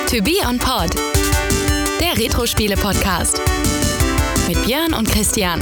To Be On Pod, der Retro-Spiele-Podcast mit Björn und Christian.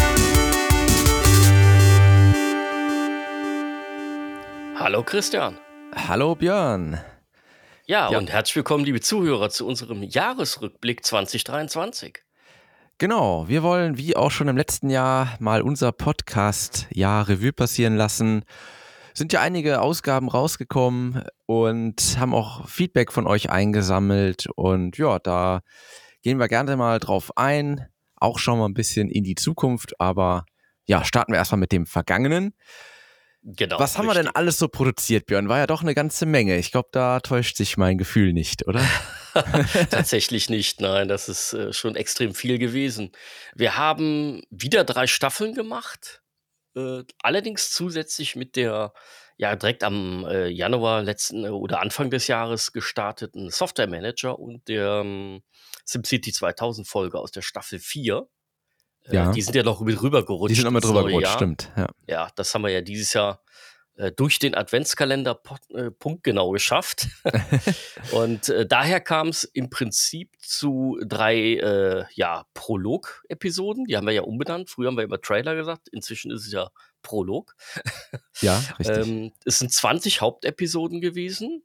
Hallo Christian. Hallo Björn. Ja, und herzlich willkommen, liebe Zuhörer, zu unserem Jahresrückblick 2023. Genau, wir wollen wie auch schon im letzten Jahr mal unser Podcast-Jahr Revue passieren lassen. Sind ja einige Ausgaben rausgekommen und haben auch Feedback von euch eingesammelt. Und ja, da gehen wir gerne mal drauf ein. Auch schauen wir ein bisschen in die Zukunft. Aber ja, starten wir erstmal mit dem Vergangenen. Genau. Was haben wir denn alles so produziert, Björn? War ja doch eine ganze Menge. Ich glaube, da täuscht sich mein Gefühl nicht, oder? Tatsächlich nicht, nein, das ist schon extrem viel gewesen. Wir haben wieder 3 Staffeln gemacht, allerdings zusätzlich mit der, ja, direkt am Januar letzten oder Anfang des Jahres gestarteten Software Manager und der SimCity 2000 Folge aus der Staffel 4. Ja. Die sind ja noch mit rübergerutscht. Die sind noch mit ins neue rübergerutscht, Jahr. stimmt. Ja. Ja, das haben wir ja dieses Jahr durch den Adventskalender punktgenau geschafft. Und daher kam es im Prinzip zu 3 Prolog-Episoden. Die haben wir ja umbenannt. Früher haben wir immer Trailer gesagt. Inzwischen ist es ja Prolog. Ja, richtig. Es sind 20 Hauptepisoden gewesen.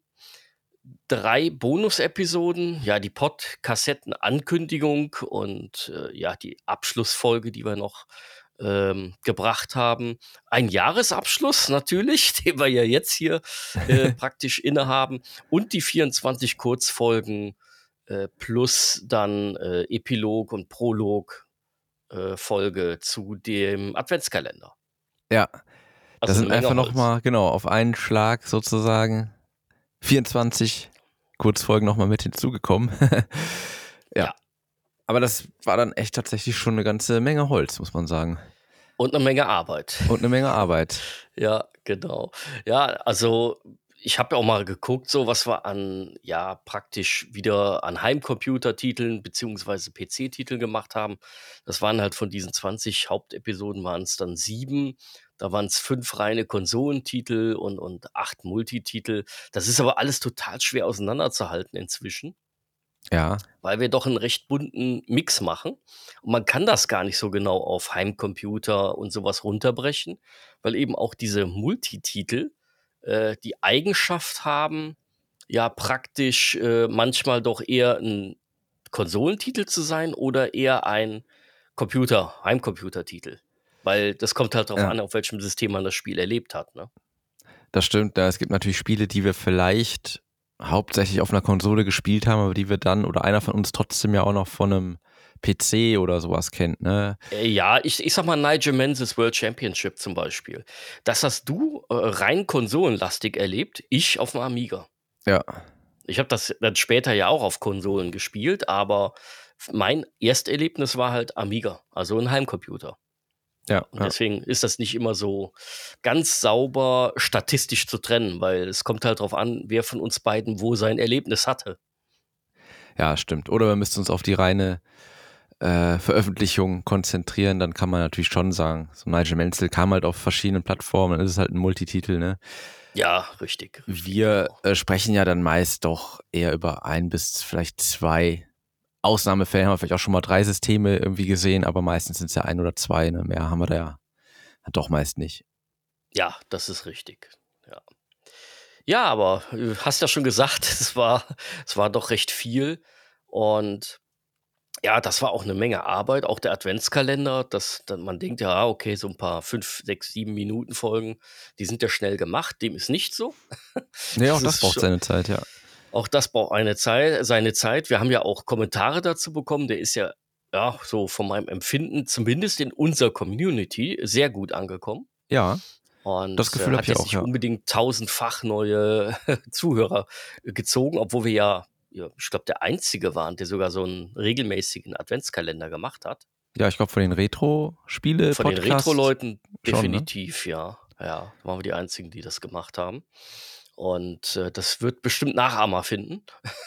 3 Bonus-Episoden, ja, die Pod-Kassetten-Ankündigung und die Abschlussfolge, die wir noch gebracht haben. Ein Jahresabschluss natürlich, den wir ja jetzt hier praktisch innehaben. Und die 24 Kurzfolgen plus dann Epilog und Prolog Folge zu dem Adventskalender. Ja, Also das sind eine Menge einfach Holz. nochmal, genau, auf einen Schlag sozusagen 24 Kurzfolgen nochmal mit hinzugekommen. Ja. Aber das war dann echt tatsächlich schon eine ganze Menge Holz, muss man sagen. Und eine Menge Arbeit. Und eine Menge Arbeit. Ja, genau. Ja, also ich habe ja auch mal geguckt, so was wir an, ja, praktisch wieder an Heimcomputertiteln beziehungsweise PC-Titeln gemacht haben. Das waren halt von diesen 20 Hauptepisoden waren es dann 7. Da waren es 5 reine Konsolentitel und 8 Multititel. Das ist aber alles total schwer auseinanderzuhalten inzwischen, Ja, weil wir doch einen recht bunten Mix machen. Und man kann das gar nicht so genau auf Heimcomputer und sowas runterbrechen, weil eben auch diese Multititel die Eigenschaft haben, ja praktisch manchmal doch eher ein Konsolentitel zu sein oder eher ein Heimcomputertitel. Weil das kommt halt darauf Ja. an, auf welchem System man das Spiel erlebt hat, ne? das stimmt. Es gibt natürlich Spiele, die wir vielleicht hauptsächlich auf einer Konsole gespielt haben, aber die wir dann oder einer von uns trotzdem ja auch noch von einem PC oder sowas kennt, ne? Ja, ich sag mal Nigel Mansell's World Championship zum Beispiel. Das hast du rein konsolenlastig erlebt, ich auf dem Amiga. Ja, Ich habe das dann später ja auch auf Konsolen gespielt, aber mein Ersterlebnis war halt Amiga, also ein Heimcomputer. ja, Und ja. deswegen ist das nicht immer so ganz sauber statistisch zu trennen, weil es kommt halt drauf an, wer von uns beiden wo sein Erlebnis hatte. Ja, stimmt. Oder wir müssten uns auf die reine Veröffentlichung konzentrieren, dann kann man natürlich schon sagen, so Nigel Mansell kam halt auf verschiedenen Plattformen, dann ist es halt ein Multititel, ne? Ja, richtig. Wir sprechen ja dann meist doch eher über 1 bis vielleicht 2 Ausnahmefälle, haben wir vielleicht auch schon mal 3 Systeme irgendwie gesehen, aber meistens sind es ja 1 oder 2, ne? Mehr haben wir da ja doch meist nicht. Ja, das ist richtig. Ja, ja, aber hast ja schon gesagt, es war doch recht viel. Und ja, das war auch eine Menge Arbeit, auch der Adventskalender, man denkt ja, okay, so ein paar 5, 6, 7 Minuten Folgen, die sind ja schnell gemacht. Dem ist nicht so. Nee, auch Das das ist braucht schon, seine Zeit, ja. auch das braucht seine Zeit. Wir haben ja auch Kommentare dazu bekommen. Der ist ja, ja, so von meinem Empfinden, zumindest in unserer Community, sehr gut angekommen. Ja, Und das Gefühl habe hat ich jetzt auch, nicht ja. unbedingt tausendfach neue Zuhörer gezogen, obwohl wir ja, ich glaube, der Einzige waren, der sogar so einen regelmäßigen Adventskalender gemacht hat. Ja, ich glaube von den Von den Retro-Spiele-Podcasts Retro-Leuten schon, ne? definitiv, ja. Ja, da waren wir die Einzigen, die das gemacht haben. Und das wird bestimmt Nachahmer finden,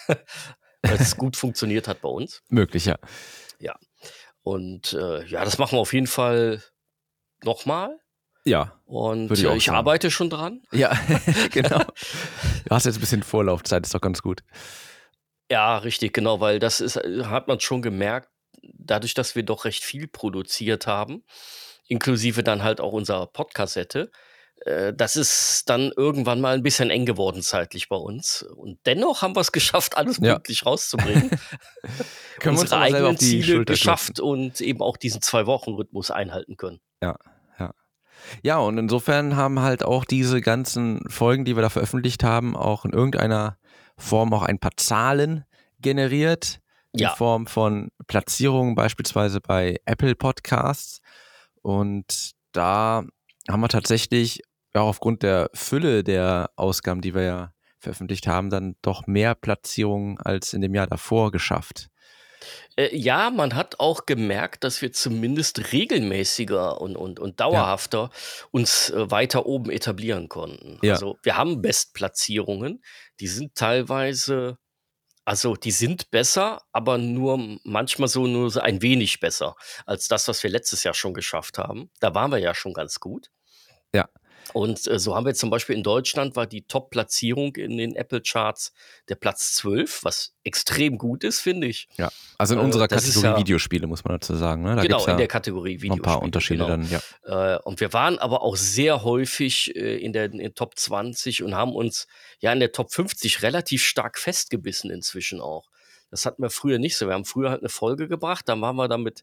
weil es gut funktioniert hat bei uns. Möglich, ja. Ja. Und ja, das machen wir auf jeden Fall nochmal. Ja, Und würde ich auch ich sagen. arbeite schon dran. Ja, genau. Du hast jetzt ein bisschen Vorlaufzeit, ist doch ganz gut. Ja, richtig, genau, weil das ist hat man schon gemerkt, dadurch, dass wir doch recht viel produziert haben, inklusive dann halt auch unserer Podcassette, das ist dann irgendwann mal ein bisschen eng geworden zeitlich bei uns. Und dennoch haben wir es geschafft, alles Ja. pünktlich rauszubringen, Können wir uns unsere aber selber auf eigenen die Ziele Schulter klopfen. geschafft und eben auch diesen 2 Wochen-Rhythmus einhalten können. Ja, ja. Ja, und insofern haben halt auch diese ganzen Folgen, die wir da veröffentlicht haben, auch in irgendeiner Form auch ein paar Zahlen generiert, in Ja, Form von Platzierungen beispielsweise bei Apple Podcasts. Und da haben wir tatsächlich ja aufgrund der Fülle der Ausgaben, die wir ja veröffentlicht haben, dann doch mehr Platzierungen als in dem Jahr davor geschafft. ja, man hat auch gemerkt, dass wir zumindest regelmäßiger und Ja, dauerhafter uns, weiter oben etablieren konnten. ja, Also, wir haben Bestplatzierungen, die sind teilweise die sind besser, aber nur so ein wenig besser als das, was wir letztes Jahr schon geschafft haben. Da waren wir ja schon ganz gut. ja, Und, so haben wir zum Beispiel in Deutschland war die Top-Platzierung in den Apple-Charts der Platz 12, was extrem gut ist, finde ich. ja. Also in unserer Das ist Kategorie ja Videospiele muss man dazu sagen, ne? Da gibt's genau, in ja der Kategorie noch ein paar Videospiele, Unterschiede genau. dann, ja. Und wir waren aber auch sehr häufig, in den Top 20 und haben uns ja in der Top 50 relativ stark festgebissen inzwischen auch. Das hatten wir früher nicht so. Wir haben früher halt eine Folge gebracht, dann waren wir damit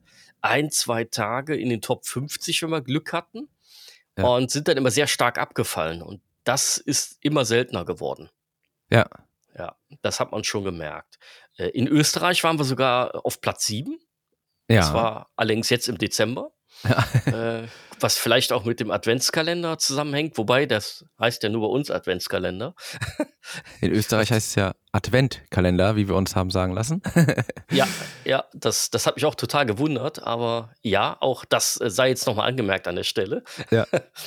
2 Tage in den Top 50, wenn wir Glück hatten, Ja, und sind dann immer sehr stark abgefallen. Und das ist immer seltener geworden. ja, Ja, das hat man schon gemerkt. In Österreich waren wir sogar auf Platz 7. Das ja. war allerdings jetzt im Dezember. Ja. Äh, was vielleicht auch mit dem Adventskalender zusammenhängt, wobei das heißt ja nur bei uns Adventskalender. In Österreich heißt es ja Adventkalender, wie wir uns haben sagen lassen. Ja, ja, das hat mich auch total gewundert, aber ja, auch das sei jetzt nochmal angemerkt an der Stelle. Ja.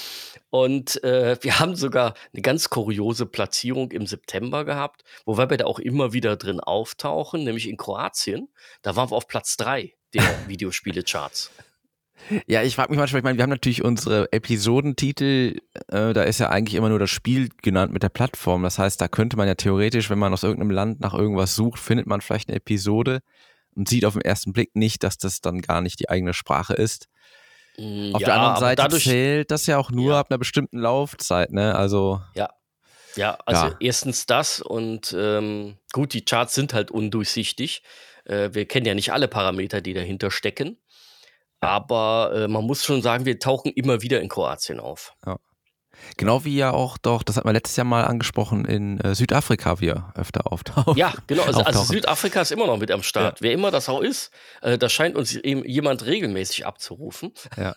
Und wir haben sogar eine ganz kuriose Platzierung im September gehabt, wobei wir da auch immer wieder drin auftauchen, nämlich in Kroatien. Da waren wir auf Platz 3 der Videospiele-Charts. Ja, ich frage mich manchmal, ich meine, wir haben natürlich unsere Episodentitel, da ist ja eigentlich immer nur das Spiel genannt mit der Plattform. Das heißt, da könnte man ja theoretisch, wenn man aus irgendeinem Land nach irgendwas sucht, findet man vielleicht eine Episode und sieht auf den ersten Blick nicht, dass das dann gar nicht die eigene Sprache ist. Auf Ja, der anderen aber Seite dadurch zählt das ja auch nur ja, ab einer bestimmten Laufzeit, ne? Also, ja. Ja, also ja, erstens das und, gut, die Charts sind halt undurchsichtig. Wir kennen ja nicht alle Parameter, die dahinter stecken, ja, aber, man muss schon sagen, wir tauchen immer wieder in Kroatien auf. ja. Ja. Genau wie ja auch doch, das hat man letztes Jahr mal angesprochen, in Südafrika wir öfter Ja, genau, also auftauchen. Südafrika ist immer noch mit am Ja, Start. Wer immer das auch ist, da scheint uns eben jemand regelmäßig abzurufen. ja,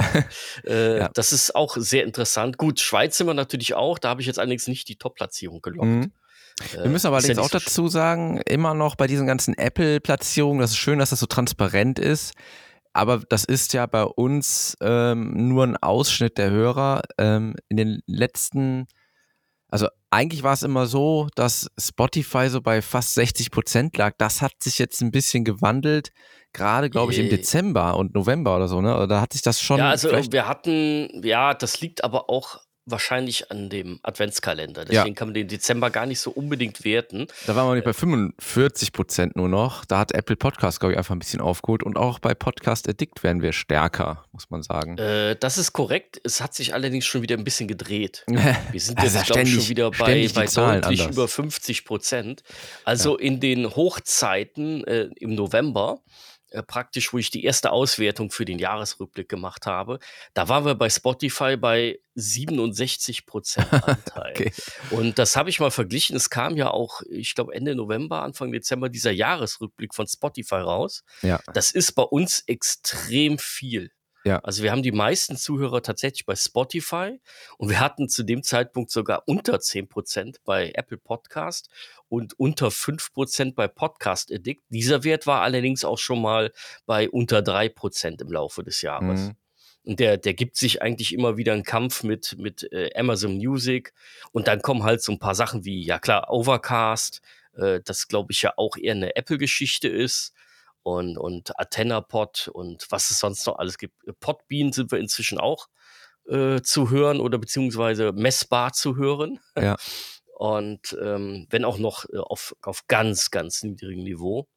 ja. Das ist auch sehr interessant. Gut, Schweiz sind wir natürlich auch, da habe ich jetzt allerdings nicht die Top-Platzierung gelockt. Mhm. Wir müssen aber Ist ja allerdings auch nicht so dazu sagen, immer noch bei diesen ganzen Apple-Platzierungen, das ist schön, dass das so transparent ist, aber das ist ja bei uns nur ein Ausschnitt der Hörer. In den letzten, also eigentlich war es immer so, dass Spotify so bei fast 60% lag. Das hat sich jetzt ein bisschen gewandelt, gerade glaube ich im äh Dezember und November oder so, ne? Da hat sich das Ja, schon vielleicht, wir hatten ja, das liegt aber auch wahrscheinlich an dem Adventskalender. ja, Deswegen kann man den Dezember gar nicht so unbedingt werten. da waren wir nicht bei 45% nur noch. Da hat Apple Podcast, glaube ich, einfach ein bisschen aufgeholt. Und auch bei Podcast Addict werden wir stärker, muss man sagen. Das ist korrekt. Es hat sich allerdings schon wieder ein bisschen gedreht. Wir sind Also jetzt, glaube ich, schon wieder ständig die bei Zahlen deutlich anders. über 50%. Ja. Also in den Hochzeiten im November, praktisch, wo ich die erste Auswertung für den Jahresrückblick gemacht habe, da waren wir bei Spotify bei 67% Anteil. Okay. Und das habe ich mal verglichen. Es kam ja auch, ich glaube, Ende November, Anfang Dezember dieser Jahresrückblick von Spotify raus. Ja, Das ist bei uns extrem viel. ja. Also wir haben die meisten Zuhörer tatsächlich bei Spotify und wir hatten zu dem Zeitpunkt sogar unter 10% bei Apple Podcast und unter 5% bei Podcast Addict. Dieser Wert war allerdings auch schon mal bei unter 3% im Laufe des Jahres. Mhm. Und der gibt sich eigentlich immer wieder einen Kampf mit Amazon Music. Und dann kommen halt so ein paar Sachen wie, ja klar, Overcast, das glaube ich ja auch eher eine Apple-Geschichte ist. Und AntennaPod und was es sonst noch alles gibt. Podbean sind wir inzwischen auch zu hören oder beziehungsweise messbar zu hören. Ja. und wenn auch noch auf ganz, ganz niedrigem Niveau.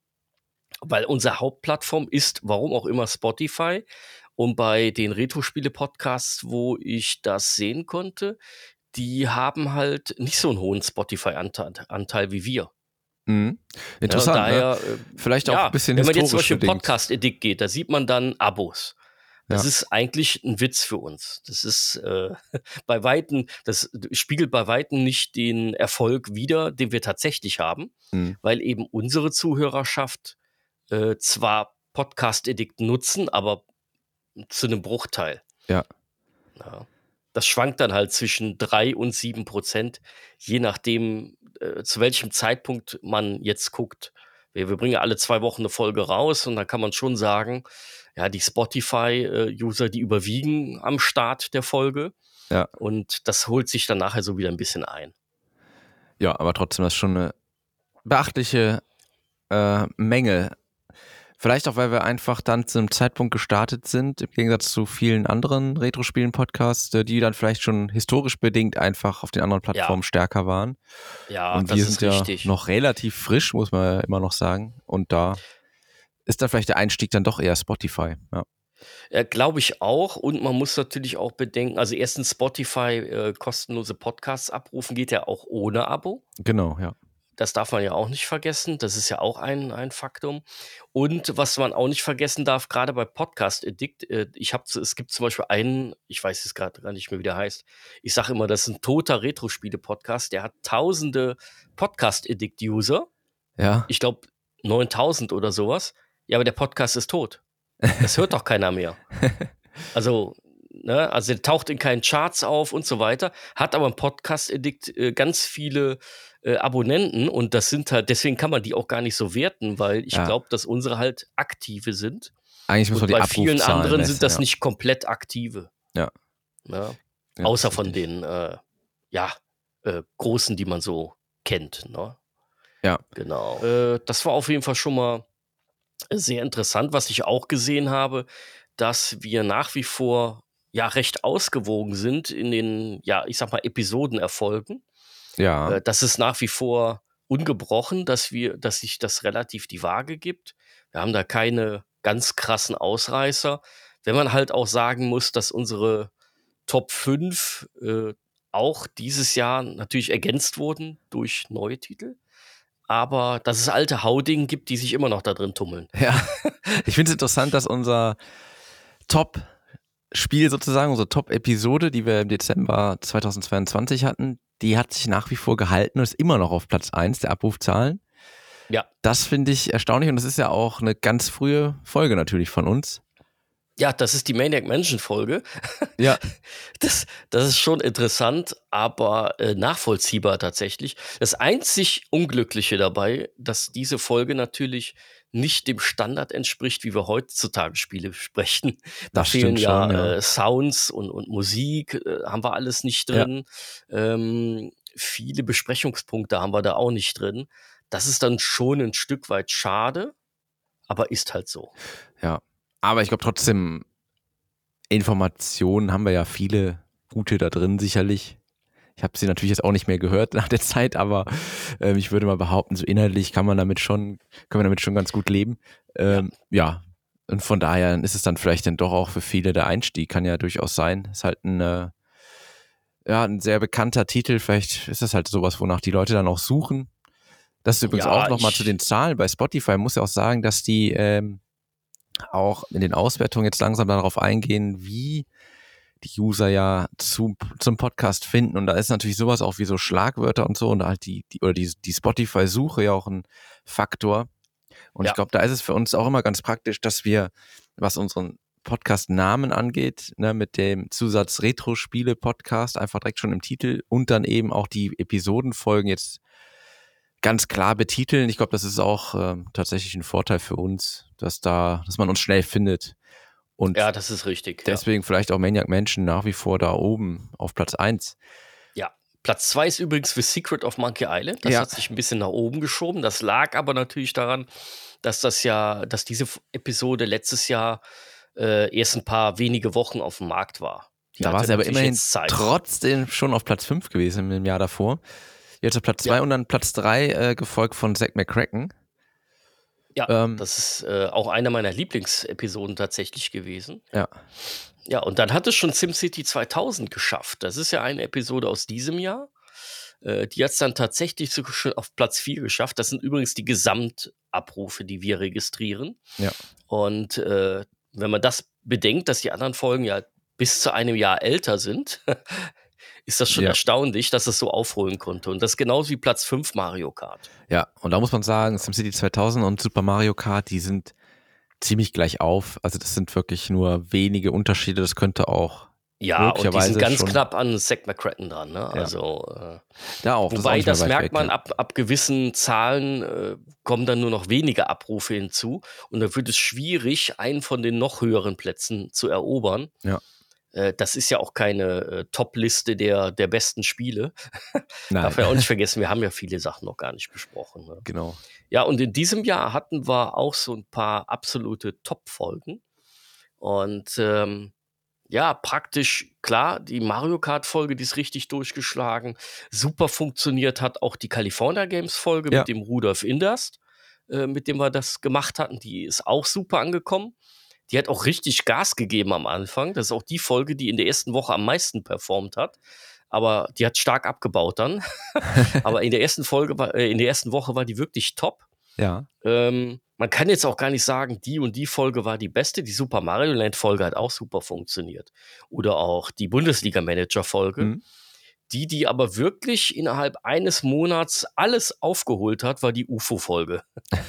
Weil unsere Hauptplattform ist, warum auch immer, Spotify. Und bei den Retro-Spiele-Podcasts, wo ich das sehen konnte, die haben halt nicht so einen hohen Spotify-Anteil wie wir. Mhm. Ja, und Interessant, ne? daher, Vielleicht auch ein ja, bisschen wenn man jetzt zum historisch Beispiel im bedingt. Podcast-Edikt geht, da sieht man dann Abos. Das Ja. ist eigentlich ein Witz für uns. Das ist bei Weitem, das spiegelt bei Weitem nicht den Erfolg wider, den wir tatsächlich haben, Mhm. weil eben unsere Zuhörerschaft zwar Podcast-Edikt nutzen, aber zu einem Bruchteil. Ja. Ja. Das schwankt dann halt zwischen 3 und 7%, je nachdem, zu welchem Zeitpunkt man jetzt guckt. Wir bringen ja alle 2 Wochen eine Folge raus und dann kann man schon sagen, ja, die Spotify-User, die überwiegen am Start der Folge Ja. und das holt sich dann nachher so wieder ein bisschen ein. Ja, aber trotzdem, das ist schon eine beachtliche Menge. Vielleicht auch, weil wir einfach dann zu einem Zeitpunkt gestartet sind, im Gegensatz zu vielen anderen Retro-Spielen-Podcasts, die dann vielleicht schon historisch bedingt einfach auf den anderen Plattformen stärker waren. Ja, Und das wir ist sind ja richtig. noch relativ frisch, muss man ja immer noch sagen. Und da ist dann vielleicht der Einstieg dann doch eher Spotify. Ja. Glaube ich auch. Und man muss natürlich auch bedenken, also erstens Spotify kostenlose Podcasts abrufen geht ja auch ohne Abo. Genau, ja. Das darf man ja auch nicht vergessen. Das ist ja auch ein Faktum. Und was man auch nicht vergessen darf, gerade bei Podcast Addict, es gibt zum Beispiel einen, ich weiß jetzt gerade gar nicht mehr, wie der heißt. Ich sage immer, das ist ein toter Retro-Spiele-Podcast. Der hat tausende Podcast Addict-User. Ja. Ich glaube 9000 oder sowas. Ja, aber der Podcast ist tot. Das hört doch keiner mehr. Also, ne, also der taucht in keinen Charts auf und so weiter, hat aber im Podcast-Edikt ganz viele Abonnenten und das sind halt, deswegen kann man die auch gar nicht so werten, weil ich Ja. glaube, dass unsere halt aktive sind. Eigentlich muss man Und die bei vielen Abrufzahlen anderen messen, sind das ja. nicht komplett aktive. Ja. Ne? Ja, Außer ist von richtig. den Großen, die man so kennt. Ne? Ja. Genau. Das war auf jeden Fall schon mal sehr interessant, was ich auch gesehen habe, dass wir nach wie vor ja recht ausgewogen sind in den, ja, ich sag mal, Episodenerfolgen. Ja. Das ist nach wie vor ungebrochen, dass sich das relativ die Waage gibt. Wir haben da keine ganz krassen Ausreißer. Wenn man halt auch sagen muss, dass unsere Top 5 auch dieses Jahr natürlich ergänzt wurden durch neue Titel. Aber dass es alte Haudingen gibt, die sich immer noch da drin tummeln. Ja, ich finde es interessant, dass unser Top-Spiel sozusagen, unsere Top-Episode, die wir im Dezember 2022 hatten, die hat sich nach wie vor gehalten und ist immer noch auf Platz 1 der Abrufzahlen. Ja. Das finde ich erstaunlich und das ist ja auch eine ganz frühe Folge natürlich von uns. Ja, das ist die Maniac Mansion Folge. Ja. Das ist schon interessant, aber nachvollziehbar tatsächlich. Das einzig Unglückliche dabei, dass diese Folge natürlich nicht dem Standard entspricht, wie wir heutzutage Spiele besprechen. Da Das fehlen stimmt schon, ja Sounds und Musik, haben wir alles nicht drin. Viele Besprechungspunkte haben wir da auch nicht drin. Das ist dann schon ein Stück weit schade, aber ist halt so. Ja, aber ich glaube trotzdem, Informationen haben wir ja viele gute da drin sicherlich. Ich habe sie natürlich jetzt auch nicht mehr gehört nach der Zeit, aber ich würde mal behaupten, so inhaltlich können wir damit schon ganz gut leben. Ja, und von daher ist es dann vielleicht dann doch auch für viele der Einstieg, kann ja durchaus sein. Ist halt ein sehr bekannter Titel, vielleicht ist das halt sowas, wonach die Leute dann auch suchen. Das ist übrigens auch nochmal zu den Zahlen bei Spotify, muss ja auch sagen, dass die auch in den Auswertungen jetzt langsam darauf eingehen, wie die User ja zum Podcast finden. Und da ist natürlich sowas auch wie so Schlagwörter und so und halt die Spotify-Suche ja auch ein Faktor. Und ich glaube, da ist es für uns auch immer ganz praktisch, dass wir, was unseren Podcast-Namen angeht, ne, mit dem Zusatz Retro-Spiele-Podcast einfach direkt schon im Titel und dann eben auch die Episodenfolgen jetzt ganz klar betiteln. Ich glaube, das ist auch tatsächlich ein Vorteil für uns, dass man uns schnell findet. Und ja, das ist richtig. Deswegen vielleicht auch Maniac Mansion nach wie vor da oben auf Platz 1. Ja, Platz 2 ist übrigens The Secret of Monkey Island. Das hat sich ein bisschen nach oben geschoben. Das lag aber natürlich daran, dass diese Episode letztes Jahr erst ein paar wenige Wochen auf dem Markt war. Die Da war hatte sie aber natürlich immerhin jetzt Zeit. trotzdem schon auf Platz 5 gewesen im Jahr davor. Jetzt auf Platz 2 und dann Platz 3 gefolgt von Zack McCracken. Ja, Ähm, das ist auch eine meiner Lieblingsepisoden tatsächlich gewesen. ja, Ja, und dann hat es schon SimCity 2000 geschafft. Das ist ja eine Episode aus diesem Jahr. Die hat es dann tatsächlich sogar schon auf Platz 4 geschafft. Das sind übrigens die Gesamtabrufe, die wir registrieren. ja. Und wenn man das bedenkt, dass die anderen Folgen ja bis zu einem Jahr älter sind, ist das schon Ja. erstaunlich, dass es so aufholen konnte. Und das ist genauso wie Platz 5 Mario Kart. Ja, und da muss man sagen, SimCity 2000 und Super Mario Kart, die sind ziemlich gleich auf. Also das sind wirklich nur wenige Unterschiede. Das könnte auch Ja, und die möglicherweise sind ganz schon knapp an Zack McCracken dran. Ne? Also, da auch. Das ist auch wobei, nicht mehr das weit merkt weg, man, ja. ab gewissen Zahlen kommen dann nur noch wenige Abrufe hinzu. Und dann wird es schwierig, einen von den noch höheren Plätzen zu erobern. Ja. Das ist ja auch keine Top-Liste der besten Spiele. Nein. Darf ja auch nicht vergessen, wir haben ja viele Sachen noch gar nicht besprochen. Ne? Genau. Ja, und in diesem Jahr hatten wir auch so ein paar absolute Top-Folgen. Und ja, praktisch, klar, die Mario Kart-Folge, die ist richtig durchgeschlagen. Super funktioniert hat auch die California Games-Folge Ja. mit dem Rudolf Inderst, mit dem wir das gemacht hatten. Die ist auch super angekommen. Die hat auch richtig Gas gegeben am Anfang. Das ist auch die Folge, die in der ersten Woche am meisten performt hat. Aber die hat stark abgebaut dann. Aber in der ersten Woche war die wirklich top. Ja. Man kann jetzt auch gar nicht sagen, die und die Folge war die beste. Die Super Mario Land Folge hat auch super funktioniert. Oder auch die Bundesliga Manager Folge. Mhm. Die aber wirklich innerhalb eines Monats alles aufgeholt hat, war die UFO-Folge.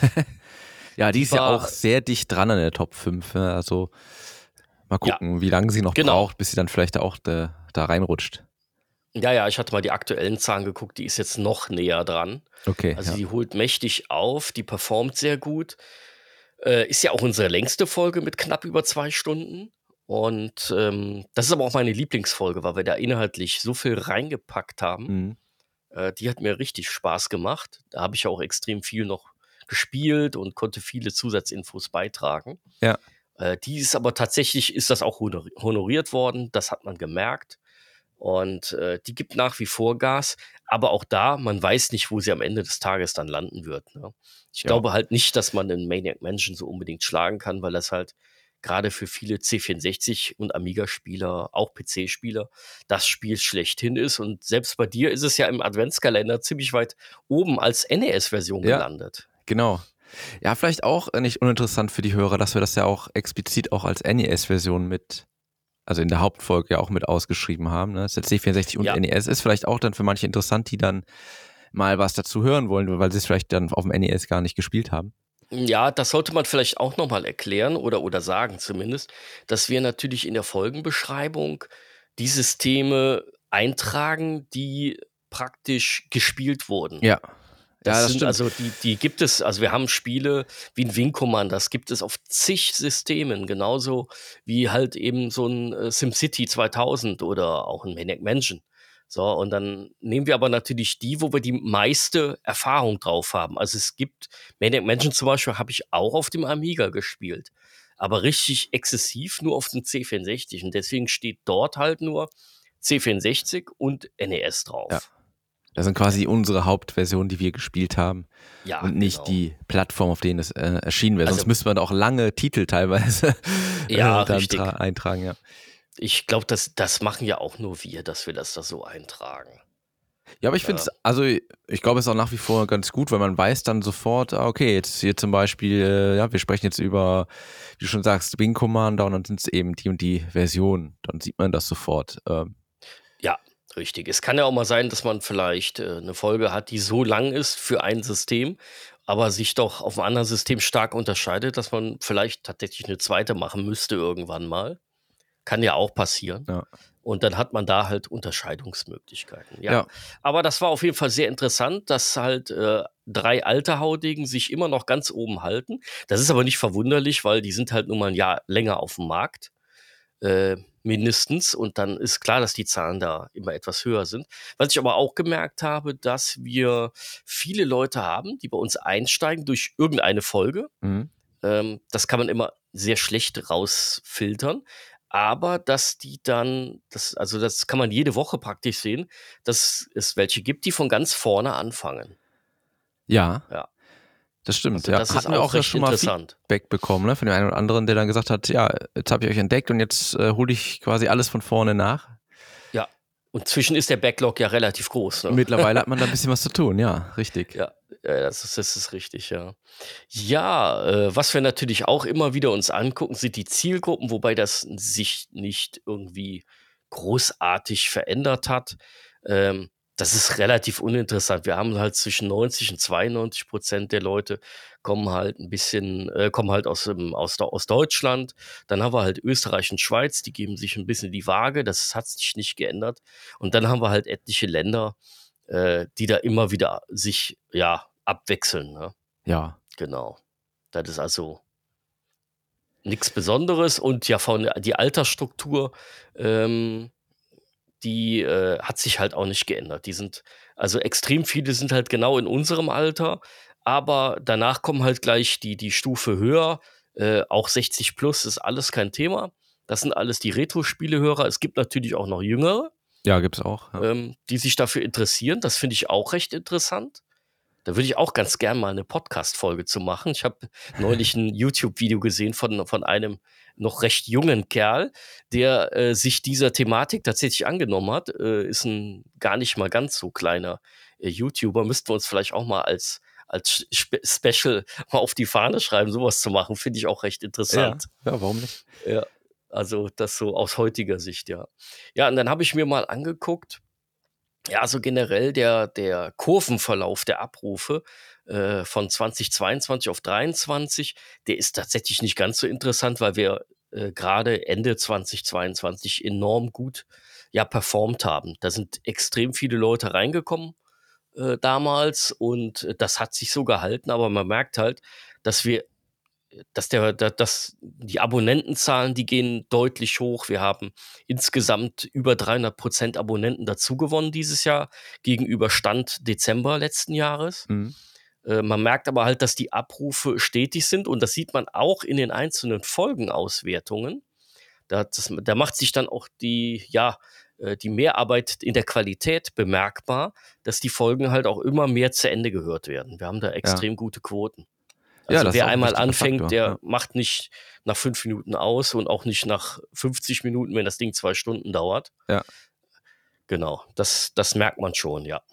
Ja, die ist ja war- auch sehr dicht dran an der Top 5. Ne? Also mal Ja. gucken, wie lange sie noch Genau. braucht, bis sie dann vielleicht auch da reinrutscht. Ja, ich hatte mal die aktuellen Zahlen geguckt, die ist jetzt noch näher dran. Okay. Also ja. die holt mächtig auf, die performt sehr gut. Ist ja auch unsere längste Folge mit knapp über 2 Stunden. Und das ist aber auch meine Lieblingsfolge, weil wir da inhaltlich so viel reingepackt haben. Mhm. Die hat mir richtig Spaß gemacht. Da habe ich auch extrem viel noch gespielt und konnte viele Zusatzinfos beitragen. Ja. Die ist aber tatsächlich, ist das auch honoriert worden. Das hat man gemerkt. Und die gibt nach wie vor Gas. Aber auch da, man weiß nicht, wo sie am Ende des Tages dann landen wird. Ne? Ich Ja. glaube halt nicht, dass man den Maniac Mansion so unbedingt schlagen kann, weil das halt gerade für viele C64 und Amiga-Spieler, auch PC-Spieler, das Spiel schlechthin ist. Und selbst bei dir ist es ja im Adventskalender ziemlich weit oben als NES-Version Ja. gelandet. Genau. Ja, vielleicht auch nicht uninteressant für die Hörer, dass wir das ja auch explizit auch als NES-Version mit, also in der Hauptfolge ja auch mit ausgeschrieben haben. Ne? Das ist jetzt C64 und Ja. NES. Ist vielleicht auch dann für manche interessant, die dann mal was dazu hören wollen, weil sie es vielleicht dann auf dem NES gar nicht gespielt haben. Ja, das sollte man vielleicht auch nochmal erklären oder sagen zumindest, dass wir natürlich in der Folgenbeschreibung die Systeme eintragen, die praktisch gespielt wurden. Ja. Das das sind stimmt. also die gibt es, also wir haben Spiele wie ein Wing Commander, das gibt es auf zig Systemen, genauso wie halt eben so ein SimCity 2000 oder auch ein Maniac Mansion. So, und dann nehmen wir aber natürlich die, wo wir die meiste Erfahrung drauf haben. Also es gibt Maniac Mansion zum Beispiel, habe ich auch auf dem Amiga gespielt, aber richtig exzessiv nur auf dem C64 und deswegen steht dort halt nur C64 und NES drauf. Ja. Das sind quasi unsere Hauptversionen, die wir gespielt haben. Ja, und nicht genau. die Plattform, auf denen es erschienen wäre. Also- Sonst müsste man auch lange Titel teilweise Ja, dann richtig. eintragen. Ja, Ich glaube, das machen ja auch nur wir, dass wir das da so eintragen. ja aber ich finde es, also ich glaube, es ist auch nach wie vor ganz gut, weil man weiß dann sofort, okay, jetzt hier zum Beispiel, ja, wir sprechen jetzt über, wie du schon sagst, Wing Commander und dann sind es eben die und die Versionen. Dann sieht man das sofort. Ja, richtig. Es kann ja auch mal sein, dass man vielleicht eine Folge hat, die so lang ist für ein System, aber sich doch auf einem anderen System stark unterscheidet, dass man vielleicht tatsächlich eine zweite machen müsste irgendwann mal. Kann ja auch passieren. Ja. Und dann hat man da halt Unterscheidungsmöglichkeiten. Ja. Ja. Aber das war auf jeden Fall sehr interessant, dass halt 3 alte Haudegen sich immer noch ganz oben halten. Das ist aber nicht verwunderlich, weil die sind halt nun mal ein Jahr länger auf dem Markt. Mindestens. Und dann ist klar, dass die Zahlen da immer etwas höher sind. Was ich aber auch gemerkt habe, dass wir viele Leute haben, die bei uns einsteigen durch irgendeine Folge. Mhm. Das kann man immer sehr schlecht rausfiltern. aber dass die dann, also das kann man jede Woche praktisch sehen, dass es welche gibt, die von ganz vorne anfangen. Ja, Ja, das stimmt. also Ja, das ist hatten wir auch auch ja recht schon mal interessant. Feedback bekommen, ne, von dem einen oder anderen, der dann gesagt hat, ja, jetzt habe ich euch entdeckt und jetzt hole ich quasi alles von vorne nach. Ja, und zwischen ist der Backlog ja relativ groß. Ne? Mittlerweile hat man da ein bisschen was zu tun, ja, richtig. Ja, das ist richtig, ja. Ja, was wir natürlich auch immer wieder uns angucken, sind die Zielgruppen, wobei das sich nicht irgendwie großartig verändert hat. Das ist relativ uninteressant. Wir haben halt zwischen 90 und 92% der Leute kommen halt aus Deutschland. Dann haben wir halt Österreich und Schweiz, die geben sich ein bisschen die Waage, das hat sich nicht geändert. Und dann haben wir halt etliche Länder, die da immer wieder sich, ja, abwechseln, ne? Ja. Genau. Das ist also nichts Besonderes und ja, die Altersstruktur, ähm, die, hat sich halt auch nicht geändert. Also extrem viele sind halt genau in unserem Alter, aber danach kommen halt gleich die Stufe höher, auch 60 plus ist alles kein Thema. Das sind alles die Retro-Spielehörer. Es gibt natürlich auch noch Jüngere, Ja, gibt's auch. Ja. die sich dafür interessieren. Das finde ich auch recht interessant. Da würde ich auch ganz gern mal eine Podcast-Folge zu machen. Ich habe neulich ein YouTube-Video gesehen von einem noch recht jungen Kerl, der sich dieser Thematik tatsächlich angenommen hat. Ist ein gar nicht mal ganz so kleiner YouTuber. Müssten wir uns vielleicht auch mal als Special mal auf die Fahne schreiben, sowas zu machen. Finde ich auch recht interessant. Ja, warum nicht? Ja, also das so aus heutiger Sicht, ja. Ja, und dann habe ich mir mal angeguckt, ja, also generell der Kurvenverlauf der Abrufe von 2022 auf 23, der ist tatsächlich nicht ganz so interessant, weil wir gerade Ende 2022 enorm gut ja performt haben. Da sind extrem viele Leute reingekommen damals und das hat sich so gehalten, aber man merkt halt, dass wir dass die Abonnentenzahlen, die gehen deutlich hoch. Wir haben insgesamt über 300% Abonnenten dazugewonnen dieses Jahr gegenüber Stand Dezember letzten Jahres. Mhm. Man merkt aber halt, dass die Abrufe stetig sind und das sieht man auch in den einzelnen Folgenauswertungen. Da macht sich dann auch die Mehrarbeit in der Qualität bemerkbar, dass die Folgen halt auch immer mehr zu Ende gehört werden. Wir haben da extrem gute Quoten. Ja, Also das ist wer auch ein einmal wichtiger anfängt, Faktor, der ja. macht nicht nach 5 Minuten aus und auch nicht nach 50 Minuten, wenn das Ding 2 Stunden dauert. Ja. Genau, das merkt man schon, ja.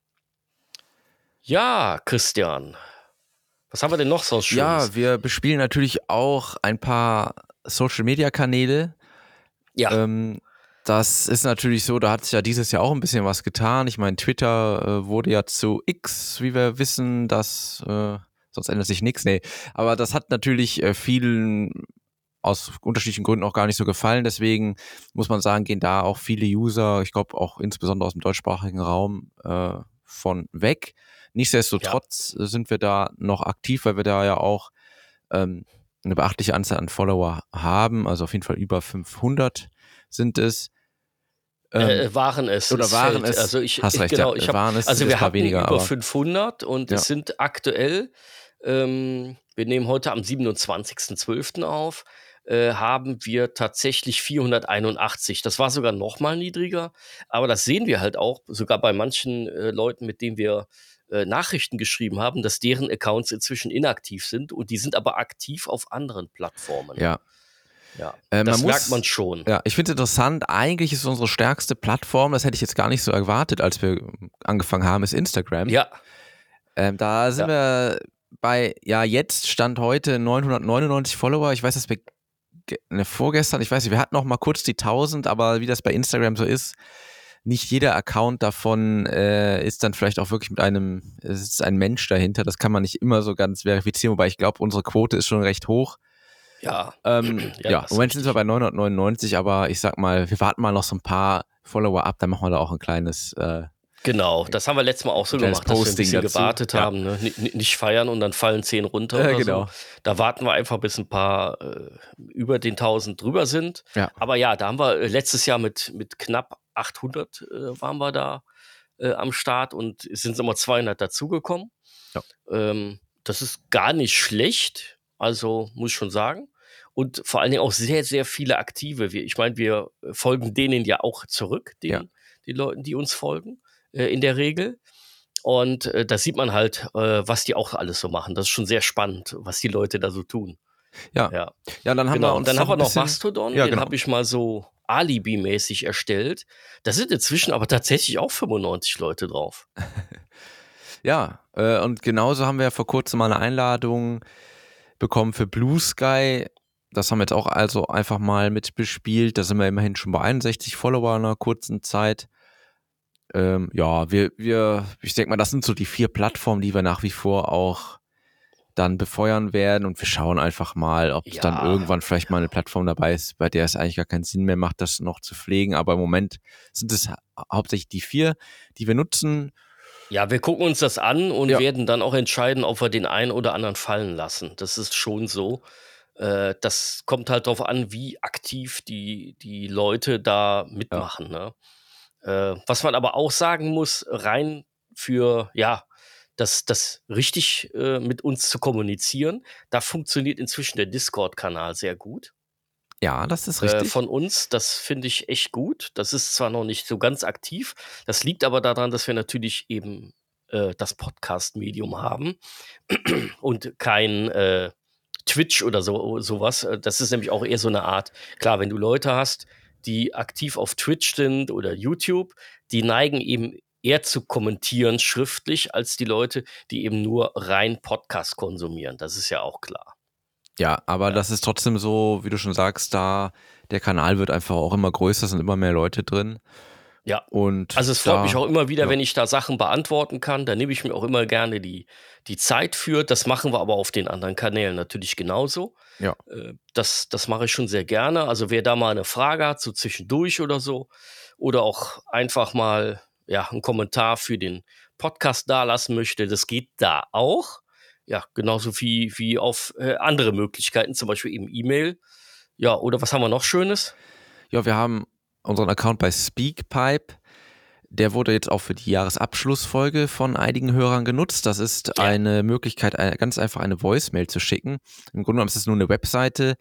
Ja, Christian, was haben wir denn noch so Schönes? Ja, wir bespielen natürlich auch ein paar Social-Media-Kanäle. Ja, Das ist natürlich so, da hat sich ja dieses Jahr auch ein bisschen was getan. Ich meine, Twitter wurde ja zu X, wie wir wissen, sonst ändert sich nichts. Nee, aber das hat natürlich vielen aus unterschiedlichen Gründen auch gar nicht so gefallen. Deswegen muss man sagen, gehen da auch viele User, ich glaube auch insbesondere aus dem deutschsprachigen Raum, von weg. Nichtsdestotrotz sind wir da noch aktiv, weil wir da ja auch eine beachtliche Anzahl an Follower haben. Also auf jeden Fall über 500 sind es. waren es. Oder waren fällt. es. Also Hast recht, genau, ja. Waren es, also sind wir es mal hatten weniger, über aber 500 und Ja. es sind aktuell, wir nehmen heute am 27.12. auf, haben wir tatsächlich 481. Das war sogar noch mal niedriger, aber das sehen wir halt auch sogar bei manchen Leuten, mit denen wir Nachrichten geschrieben haben, dass deren Accounts inzwischen inaktiv sind und die sind aber aktiv auf anderen Plattformen. ja. Ja, Man das muss- merkt man schon. Ja, ich finde es interessant, eigentlich ist unsere stärkste Plattform, das hätte ich jetzt gar nicht so erwartet, als wir angefangen haben, ist Instagram. Ja, Da sind Ja. wir bei, ja, jetzt Stand heute 999 Follower. Ich weiß, dass wir vorgestern, ich weiß nicht, wir hatten noch mal kurz die 1000, aber wie das bei Instagram so ist, nicht jeder Account davon ist dann vielleicht auch wirklich es ist ein Mensch dahinter. Das kann man nicht immer so ganz verifizieren, wobei ich glaube, unsere Quote ist schon recht hoch. ja. Ja, das im ist Moment sind wir richtig. bei 999, aber ich sag mal, wir warten mal noch so ein paar Follower ab, dann machen wir da auch ein kleines Genau, das haben wir letztes Mal auch so Ein kleines gemacht, dass wir ein Posting bisschen dazu. gewartet Ja. haben. Ne? Nicht feiern und dann fallen 10 runter oder genau. so. Da warten wir einfach, bis ein paar über den 1000 drüber sind. Ja. Aber ja, da haben wir letztes Jahr mit knapp 800 waren wir da am Start und es sind immer 200 dazugekommen. Ja. Das ist gar nicht schlecht, also muss ich schon sagen. und vor allen Dingen auch sehr, sehr viele Aktive. Ich meine, wir folgen denen ja auch zurück, den Leuten, die uns folgen, in der Regel. Und da sieht man halt, was die auch alles so machen. Das ist schon sehr spannend, was die Leute da so tun. Ja, dann haben Genau. wir Und uns dann haben wir noch bisschen, Mastodon, ja, den genau. habe ich mal so Alibi-mäßig erstellt. Da sind inzwischen aber tatsächlich auch 95 Leute drauf. Ja, und genauso haben wir vor kurzem mal eine Einladung bekommen für Blue Sky. Das haben wir jetzt auch also einfach mal mitbespielt. Da sind wir immerhin schon bei 61 Follower in einer kurzen Zeit. Ja, ich denke mal, das sind so die 4 Plattformen, die wir nach wie vor auch dann befeuern werden, und wir schauen einfach mal, ob dann irgendwann vielleicht mal eine Plattform dabei ist, bei der es eigentlich gar keinen Sinn mehr macht, das noch zu pflegen. Aber im Moment sind es hauptsächlich die 4, die wir nutzen. Ja, wir gucken uns das an und werden dann auch entscheiden, ob wir den einen oder anderen fallen lassen. Das ist schon so. Das kommt halt darauf an, wie aktiv die Leute da mitmachen. Ne? Was man aber auch sagen muss, rein für, das richtig mit uns zu kommunizieren, da funktioniert inzwischen der Discord-Kanal sehr gut. Ja, das ist richtig. Von uns, das finde ich echt gut. Das ist zwar noch nicht so ganz aktiv, das liegt aber daran, dass wir natürlich eben das Podcast-Medium haben und kein Twitch oder sowas. Das ist nämlich auch eher so eine Art, klar, wenn du Leute hast, die aktiv auf Twitch sind oder YouTube, die neigen eben eher zu kommentieren schriftlich, als die Leute, die eben nur rein Podcast konsumieren. Das ist ja auch klar. Ja, aber das ist trotzdem so, wie du schon sagst, der Kanal wird einfach auch immer größer, sind immer mehr Leute drin. Ja, und also es freut mich auch immer wieder, wenn ich da Sachen beantworten kann. Da nehme ich mir auch immer gerne die Zeit für. Das machen wir aber auf den anderen Kanälen natürlich genauso. Ja. Das mache ich schon sehr gerne. Also wer da mal eine Frage hat, so zwischendurch oder so, oder auch einfach mal einen Kommentar für den Podcast dalassen möchte, das geht da auch. Ja, genauso wie auf andere Möglichkeiten, zum Beispiel eben E-Mail. Ja, oder was haben wir noch Schönes? Ja, wir haben unseren Account bei Speakpipe. Der wurde jetzt auch für die Jahresabschlussfolge von einigen Hörern genutzt. Das ist eine Möglichkeit, ganz einfach eine Voicemail zu schicken. Im Grunde genommen ist es nur eine Webseite.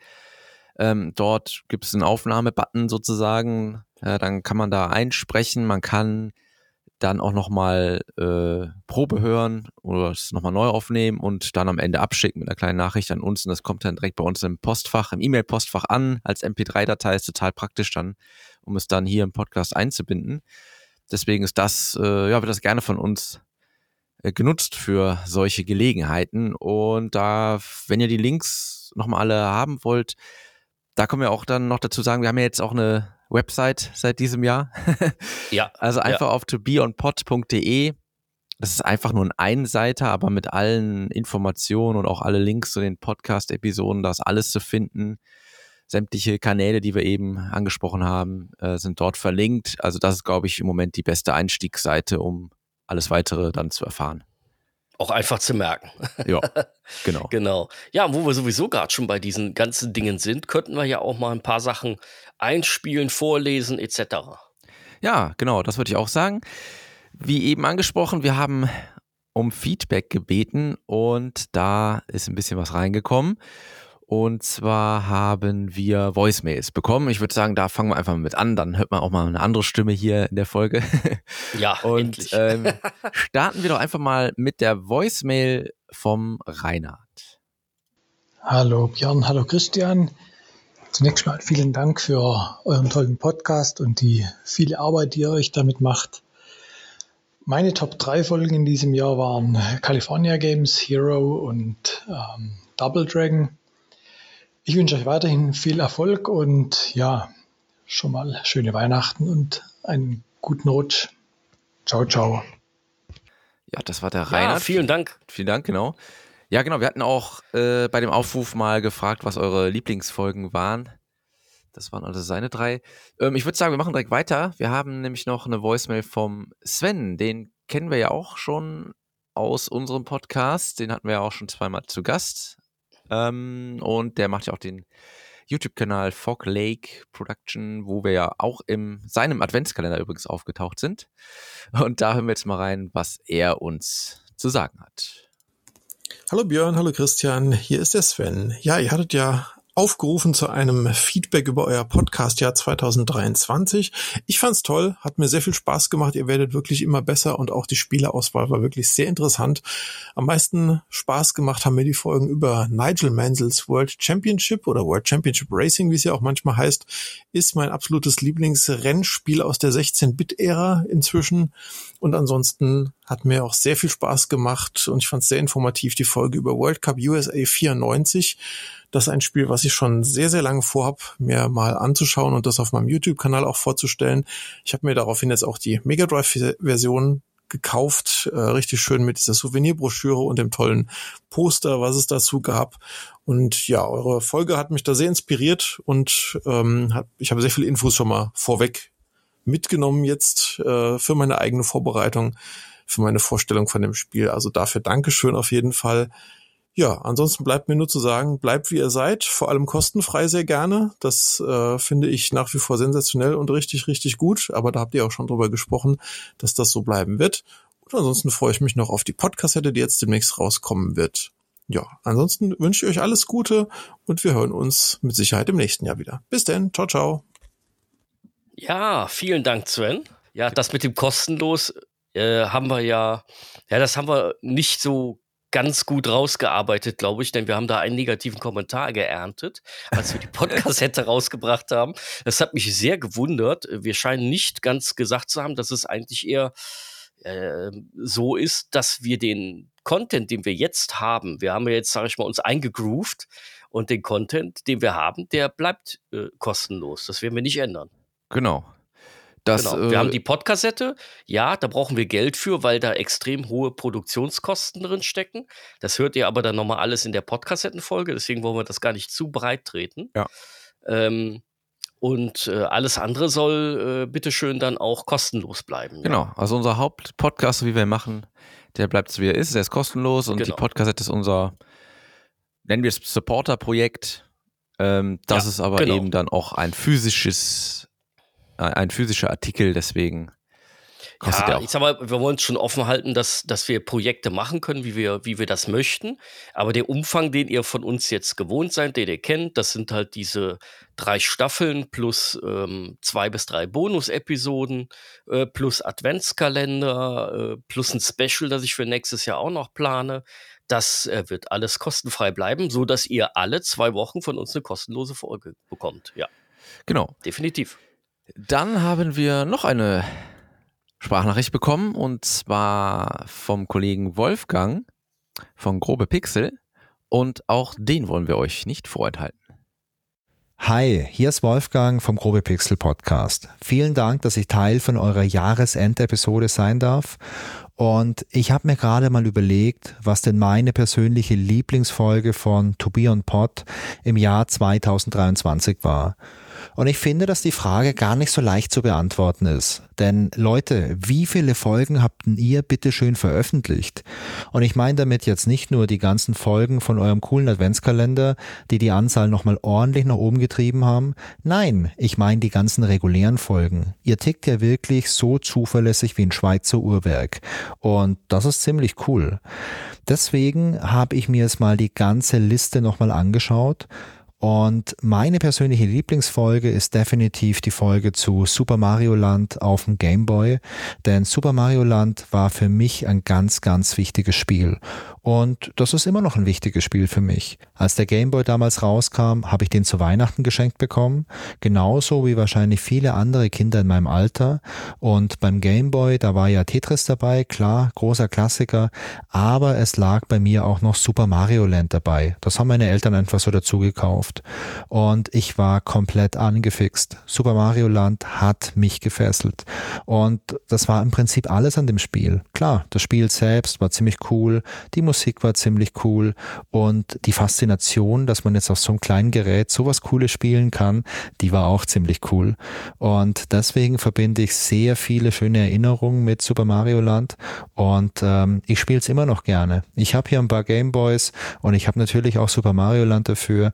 Dort gibt es einen Aufnahmebutton sozusagen. Dann kann man da einsprechen. Man kann dann auch nochmal Probe hören oder es nochmal neu aufnehmen und dann am Ende abschicken mit einer kleinen Nachricht an uns. Und das kommt dann direkt bei uns im Postfach, im E-Mail-Postfach an. Als MP3-Datei ist total praktisch dann, um es dann hier im Podcast einzubinden. Deswegen ist das, wird das gerne von uns genutzt für solche Gelegenheiten. Und da, wenn ihr die Links nochmal alle haben wollt, da können wir auch dann noch dazu sagen, wir haben ja jetzt auch eine Website seit diesem Jahr. Ja. Also einfach auf tobeonpod.de. Das ist einfach nur ein Einseiter, aber mit allen Informationen und auch alle Links zu den Podcast-Episoden, da ist alles zu finden. Sämtliche Kanäle, die wir eben angesprochen haben, sind dort verlinkt. Also das ist, glaube ich, im Moment die beste Einstiegsseite, um alles Weitere dann zu erfahren. Auch einfach zu merken. Ja, genau. Genau. Ja, wo wir sowieso gerade schon bei diesen ganzen Dingen sind, könnten wir ja auch mal ein paar Sachen einspielen, vorlesen etc. Ja, genau, das würde ich auch sagen. Wie eben angesprochen, wir haben um Feedback gebeten und da ist ein bisschen was reingekommen. Und zwar haben wir Voicemails bekommen. Ich würde sagen, da fangen wir einfach mal mit an. Dann hört man auch mal eine andere Stimme hier in der Folge. Ja, und endlich. Starten wir doch einfach mal mit der Voicemail vom Reinhard. Hallo Björn, hallo Christian. Zunächst mal vielen Dank für euren tollen Podcast und die viele Arbeit, die ihr euch damit macht. Meine Top 3 Folgen in diesem Jahr waren California Games, Hero und Double Dragon. Ich wünsche euch weiterhin viel Erfolg und ja, schon mal schöne Weihnachten und einen guten Rutsch. Ciao, ciao. Ja, das war der Reinhard. Ja, vielen Dank. Vielen Dank, genau. Ja, genau, wir hatten auch bei dem Aufruf mal gefragt, was eure Lieblingsfolgen waren. Das waren also seine 3. Ich würde sagen, wir machen direkt weiter. Wir haben nämlich noch eine Voicemail vom Sven. Den kennen wir ja auch schon aus unserem Podcast. Den hatten wir ja auch schon zweimal zu Gast. Und der macht ja auch den YouTube-Kanal Fog Lake Production, wo wir ja auch in seinem Adventskalender übrigens aufgetaucht sind. Und da hören wir jetzt mal rein, was er uns zu sagen hat. Hallo Björn, hallo Christian, hier ist der Sven. Ja, ihr hattet ja aufgerufen zu einem Feedback über euer Podcast-Jahr 2023. Ich fand's toll, hat mir sehr viel Spaß gemacht. Ihr werdet wirklich immer besser und auch die Spielerauswahl war wirklich sehr interessant. Am meisten Spaß gemacht haben mir die Folgen über Nigel Mansells World Championship oder World Championship Racing, wie es ja auch manchmal heißt, ist mein absolutes Lieblingsrennspiel aus der 16-Bit-Ära inzwischen. Und ansonsten hat mir auch sehr viel Spaß gemacht und ich fand es sehr informativ, die Folge über World Cup USA 94. Das ist ein Spiel, was ich schon sehr, sehr lange vorhab, mir mal anzuschauen und das auf meinem YouTube-Kanal auch vorzustellen. Ich habe mir daraufhin jetzt auch die Mega Drive-Version gekauft, richtig schön mit dieser Souvenirbroschüre und dem tollen Poster, was es dazu gab. Und ja, eure Folge hat mich da sehr inspiriert und ich habe sehr viele Infos schon mal vorweg mitgenommen jetzt für meine eigene Vorbereitung, für meine Vorstellung von dem Spiel. Also dafür Dankeschön auf jeden Fall. Ja, ansonsten bleibt mir nur zu sagen, bleibt wie ihr seid, vor allem kostenfrei sehr gerne. Das finde ich nach wie vor sensationell und richtig, richtig gut. Aber da habt ihr auch schon drüber gesprochen, dass das so bleiben wird. Und ansonsten freue ich mich noch auf die Podcast-Kassette, die jetzt demnächst rauskommen wird. Ja, ansonsten wünsche ich euch alles Gute und wir hören uns mit Sicherheit im nächsten Jahr wieder. Bis denn, ciao, ciao. Ja, vielen Dank, Sven. Ja, das mit dem kostenlos haben wir das haben wir nicht so ganz gut rausgearbeitet, glaube ich, denn wir haben da einen negativen Kommentar geerntet, als wir die Podcast-Kassette rausgebracht haben. Das hat mich sehr gewundert. Wir scheinen nicht ganz gesagt zu haben, dass es eigentlich eher so ist, dass wir den Content, den wir jetzt haben, wir haben ja jetzt, sage ich mal, uns eingegroovt und den Content, den wir haben, der bleibt kostenlos. Das werden wir nicht ändern. Genau. Wir haben die Podcast-Kassette, ja, da brauchen wir Geld für, weil da extrem hohe Produktionskosten drin stecken. Das hört ihr aber dann nochmal alles in der Podcast-Kassettenfolge, deswegen wollen wir das gar nicht zu breit treten. Ja. Alles andere soll bitteschön dann auch kostenlos bleiben. Genau, ja. also unser Hauptpodcast, wie wir machen, der bleibt so wie er ist, der ist kostenlos und die Podcast-Kassette ist unser, nennen wir es Supporter-Projekt. Das ist aber eben dann auch ein physischer Artikel, deswegen kostet der auch. Ich sag mal, wir wollen es schon offen halten, dass wir Projekte machen können, wie wir das möchten. Aber der Umfang, den ihr von uns jetzt gewohnt seid, den ihr kennt, das sind halt diese 3 Staffeln plus 2 bis 3 Bonus-Episoden plus Adventskalender plus ein Special, das ich für nächstes Jahr auch noch plane. Das wird alles kostenfrei bleiben, so dass ihr alle 2 Wochen von uns eine kostenlose Folge bekommt. Ja, genau. Definitiv. Dann haben wir noch eine Sprachnachricht bekommen und zwar vom Kollegen Wolfgang von Grobe Pixel und auch den wollen wir euch nicht vorenthalten. Hi, hier ist Wolfgang vom Grobe Pixel Podcast. Vielen Dank, dass ich Teil von eurer Jahresendepisode sein darf. Und ich habe mir gerade mal überlegt, was denn meine persönliche Lieblingsfolge von To Be On Pod im Jahr 2023 war. Und ich finde, dass die Frage gar nicht so leicht zu beantworten ist. Denn Leute, wie viele Folgen habt ihr bitteschön veröffentlicht? Und ich meine damit jetzt nicht nur die ganzen Folgen von eurem coolen Adventskalender, die Anzahl nochmal ordentlich nach oben getrieben haben. Nein, ich meine die ganzen regulären Folgen. Ihr tickt ja wirklich so zuverlässig wie ein Schweizer Uhrwerk. Und das ist ziemlich cool. Deswegen habe ich mir jetzt mal die ganze Liste nochmal angeschaut. Und meine persönliche Lieblingsfolge ist definitiv die Folge zu Super Mario Land auf dem Game Boy, denn Super Mario Land war für mich ein ganz, ganz wichtiges Spiel. Und das ist immer noch ein wichtiges Spiel für mich. Als der Game Boy damals rauskam, habe ich den zu Weihnachten geschenkt bekommen, genauso wie wahrscheinlich viele andere Kinder in meinem Alter. Und beim Game Boy, da war ja Tetris dabei, klar, großer Klassiker, aber es lag bei mir auch noch Super Mario Land dabei. Das haben meine Eltern einfach so dazu gekauft. Und ich war komplett angefixt. Super Mario Land hat mich gefesselt. Und das war im Prinzip alles an dem Spiel. Klar, das Spiel selbst war ziemlich cool, die Musik war ziemlich cool und die Faszination, dass man jetzt auf so einem kleinen Gerät sowas Cooles spielen kann, die war auch ziemlich cool. Und deswegen verbinde ich sehr viele schöne Erinnerungen mit Super Mario Land und ich spiele es immer noch gerne. Ich habe hier ein paar Gameboys und ich habe natürlich auch Super Mario Land dafür.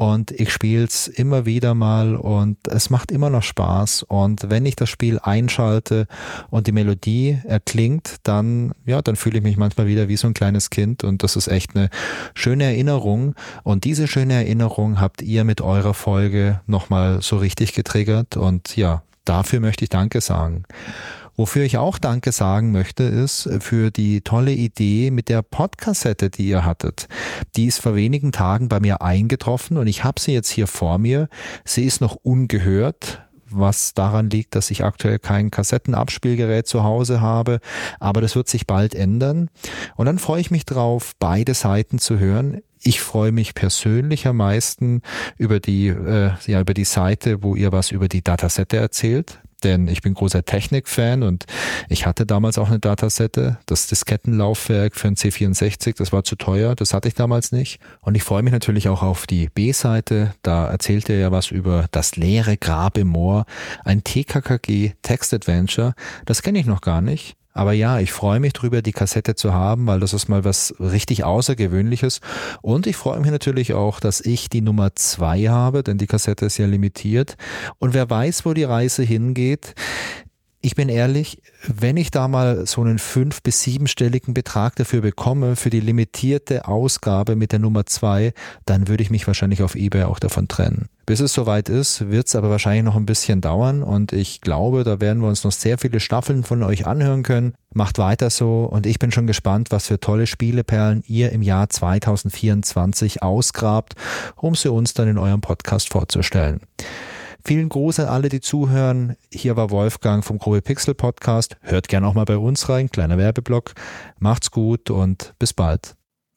und ich spiele es immer wieder mal und es macht immer noch Spaß. Und wenn ich das Spiel einschalte und die Melodie erklingt, dann fühle ich mich manchmal wieder wie so ein kleines Kind und das ist echt eine schöne Erinnerung. Und diese schöne Erinnerung habt ihr mit eurer Folge nochmal so richtig getriggert und ja, dafür möchte ich Danke sagen. Wofür ich auch Danke sagen möchte, ist für die tolle Idee mit der Podkassette, die ihr hattet. Die ist vor wenigen Tagen bei mir eingetroffen und ich habe sie jetzt hier vor mir. Sie ist noch ungehört, was daran liegt, dass ich aktuell kein Kassettenabspielgerät zu Hause habe, aber das wird sich bald ändern. Und dann freue ich mich drauf, beide Seiten zu hören. Ich freue mich persönlich am meisten über die Seite, wo ihr was über die Datasette erzählt. Denn ich bin großer Technik-Fan und ich hatte damals auch eine Datasette, das Diskettenlaufwerk für ein C64, das war zu teuer, das hatte ich damals nicht. Und ich freue mich natürlich auch auf die B-Seite, da erzählt er ja was über das leere Grab im Moor, ein TKKG-Text-Adventure, das kenne ich noch gar nicht. Aber ja, ich freue mich drüber, die Kassette zu haben, weil das ist mal was richtig Außergewöhnliches. Und ich freue mich natürlich auch, dass ich die Nummer 2 habe, denn die Kassette ist ja limitiert. Und wer weiß, wo die Reise hingeht. Ich bin ehrlich, wenn ich da mal so einen 5- bis 7-stelligen Betrag dafür bekomme, für die limitierte Ausgabe mit der Nummer 2, dann würde ich mich wahrscheinlich auf eBay auch davon trennen. Bis es soweit ist, wird es aber wahrscheinlich noch ein bisschen dauern und ich glaube, da werden wir uns noch sehr viele Staffeln von euch anhören können. Macht weiter so und ich bin schon gespannt, was für tolle Spieleperlen ihr im Jahr 2024 ausgrabt, um sie uns dann in eurem Podcast vorzustellen. Vielen Gruß an alle, die zuhören. Hier war Wolfgang vom Grobe Pixel Podcast. Hört gerne auch mal bei uns rein, kleiner Werbeblock. Macht's gut und bis bald.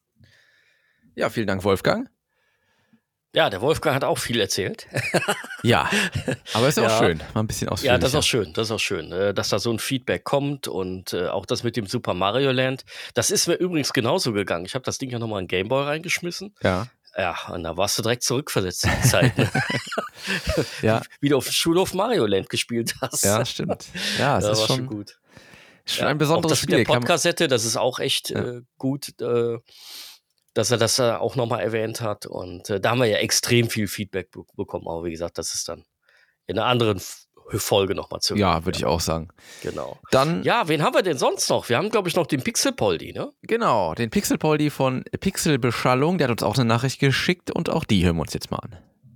Ja, vielen Dank, Wolfgang. Ja, der Wolfgang hat auch viel erzählt. Ja, aber ist auch schön, mal ein bisschen ausführlicher. Ja, das ist auch schön, dass da so ein Feedback kommt und auch das mit dem Super Mario Land. Das ist mir übrigens genauso gegangen. Ich habe das Ding ja nochmal in Game Boy reingeschmissen. Ja. Ja, und da warst du direkt zurückversetzt in die Zeit. Ne? Ja. Wie du auf dem Schulhof Mario Land gespielt hast. Ja, stimmt. Ja, es ist schon gut. Schon ein besonderes Spiel. Auch das mit der Podkassette, das ist auch echt gut, dass er das auch nochmal erwähnt hat. Und da haben wir ja extrem viel Feedback bekommen. Aber wie gesagt, das ist dann in einer anderen Folge nochmal zu hören. Ja, würde ich auch sagen. Genau. Dann, ja, wen haben wir denn sonst noch? Wir haben, glaube ich, noch den Pixelpoldi, ne? Genau, den Pixelpoldi von Pixelbeschallung. Der hat uns auch eine Nachricht geschickt und auch die hören wir uns jetzt mal an.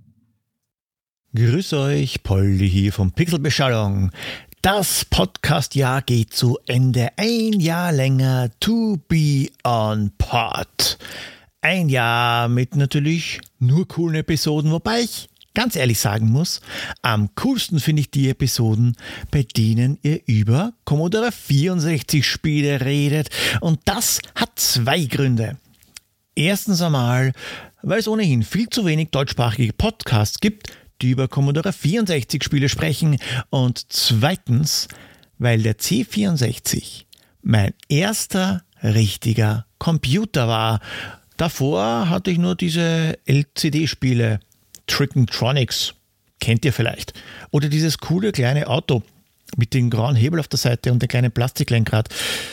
Grüß euch, Poldi hier vom Pixelbeschallung. Das Podcast-Jahr geht zu Ende. Ein Jahr länger to be on pod. Ein Jahr mit natürlich nur coolen Episoden, wobei ich ganz ehrlich sagen muss, am coolsten finde ich die Episoden, bei denen ihr über Commodore 64 Spiele redet. Und das hat 2 Gründe. Erstens einmal, weil es ohnehin viel zu wenig deutschsprachige Podcasts gibt, die über Commodore 64 Spiele sprechen. Und zweitens, weil der C64 mein erster richtiger Computer war. Davor hatte ich nur diese LCD-Spiele, Trickentronics, kennt ihr vielleicht. Oder dieses coole kleine Auto mit dem grauen Hebel auf der Seite und dem kleinen Plastiklenkrad.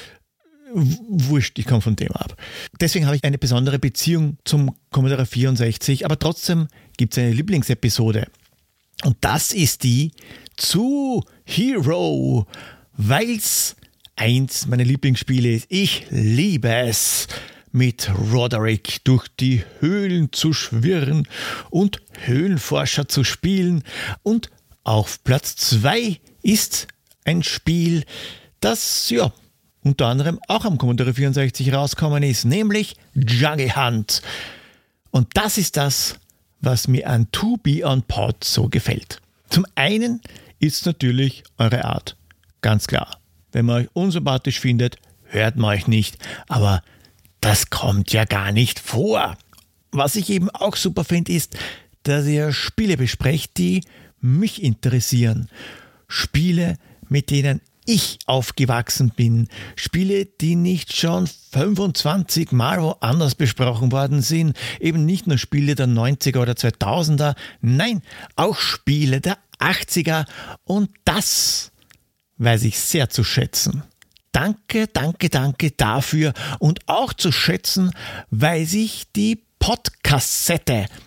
Wurscht, ich komme von dem ab. Deswegen habe ich eine besondere Beziehung zum Commodore 64, aber trotzdem gibt es eine Lieblingsepisode. Und das ist die zu Hero, weil es eins meiner Lieblingsspiele ist. Ich liebe es, mit Roderick durch die Höhlen zu schwirren und Höhlenforscher zu spielen. Und auf Platz 2 ist ein Spiel, das unter anderem auch am Commodore 64 rausgekommen ist, nämlich Jungle Hunt. Und das ist das, was mir an To Be On Pod so gefällt. Zum einen ist natürlich eure Art. Ganz klar. Wenn man euch unsympathisch findet, hört man euch nicht. Aber das kommt ja gar nicht vor. Was ich eben auch super finde, ist, dass ihr Spiele besprecht, die mich interessieren. Spiele, mit denen ich aufgewachsen bin. Spiele, die nicht schon 25 Mal woanders besprochen worden sind. Eben nicht nur Spiele der 90er oder 2000er. Nein, auch Spiele der 80er. Und das weiß ich sehr zu schätzen. Danke dafür und auch zu schätzen, weil sich die Podkassette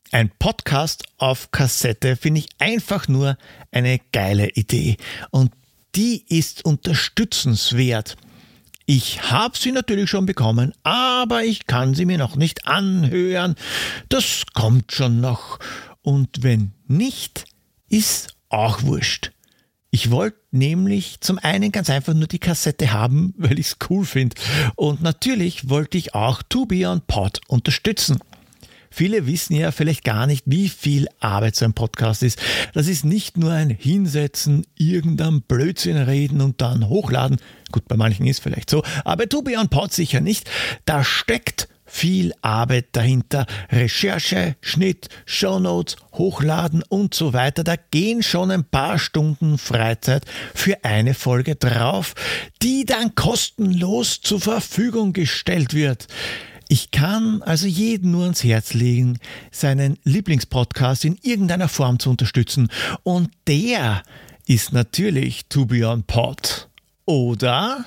Ein Podcast auf Kassette finde ich einfach nur eine geile Idee. Und die ist unterstützenswert. Ich habe sie natürlich schon bekommen, aber ich kann sie mir noch nicht anhören. Das kommt schon noch. Und wenn nicht, ist auch wurscht. Ich wollte nämlich zum einen ganz einfach nur die Kassette haben, weil ich es cool finde. Und natürlich wollte ich auch To Be On Pod unterstützen. Viele wissen ja vielleicht gar nicht, wie viel Arbeit so ein Podcast ist. Das ist nicht nur ein Hinsetzen, irgendein Blödsinn reden und dann hochladen. Gut, bei manchen ist vielleicht so, aber bei To Be On Pod sicher nicht. Da steckt viel Arbeit dahinter. Recherche, Schnitt, Shownotes, Hochladen und so weiter. Da gehen schon ein paar Stunden Freizeit für eine Folge drauf, die dann kostenlos zur Verfügung gestellt wird. Ich kann also jedem nur ans Herz legen, seinen Lieblingspodcast in irgendeiner Form zu unterstützen. Und der ist natürlich To Be On Pod. Oder?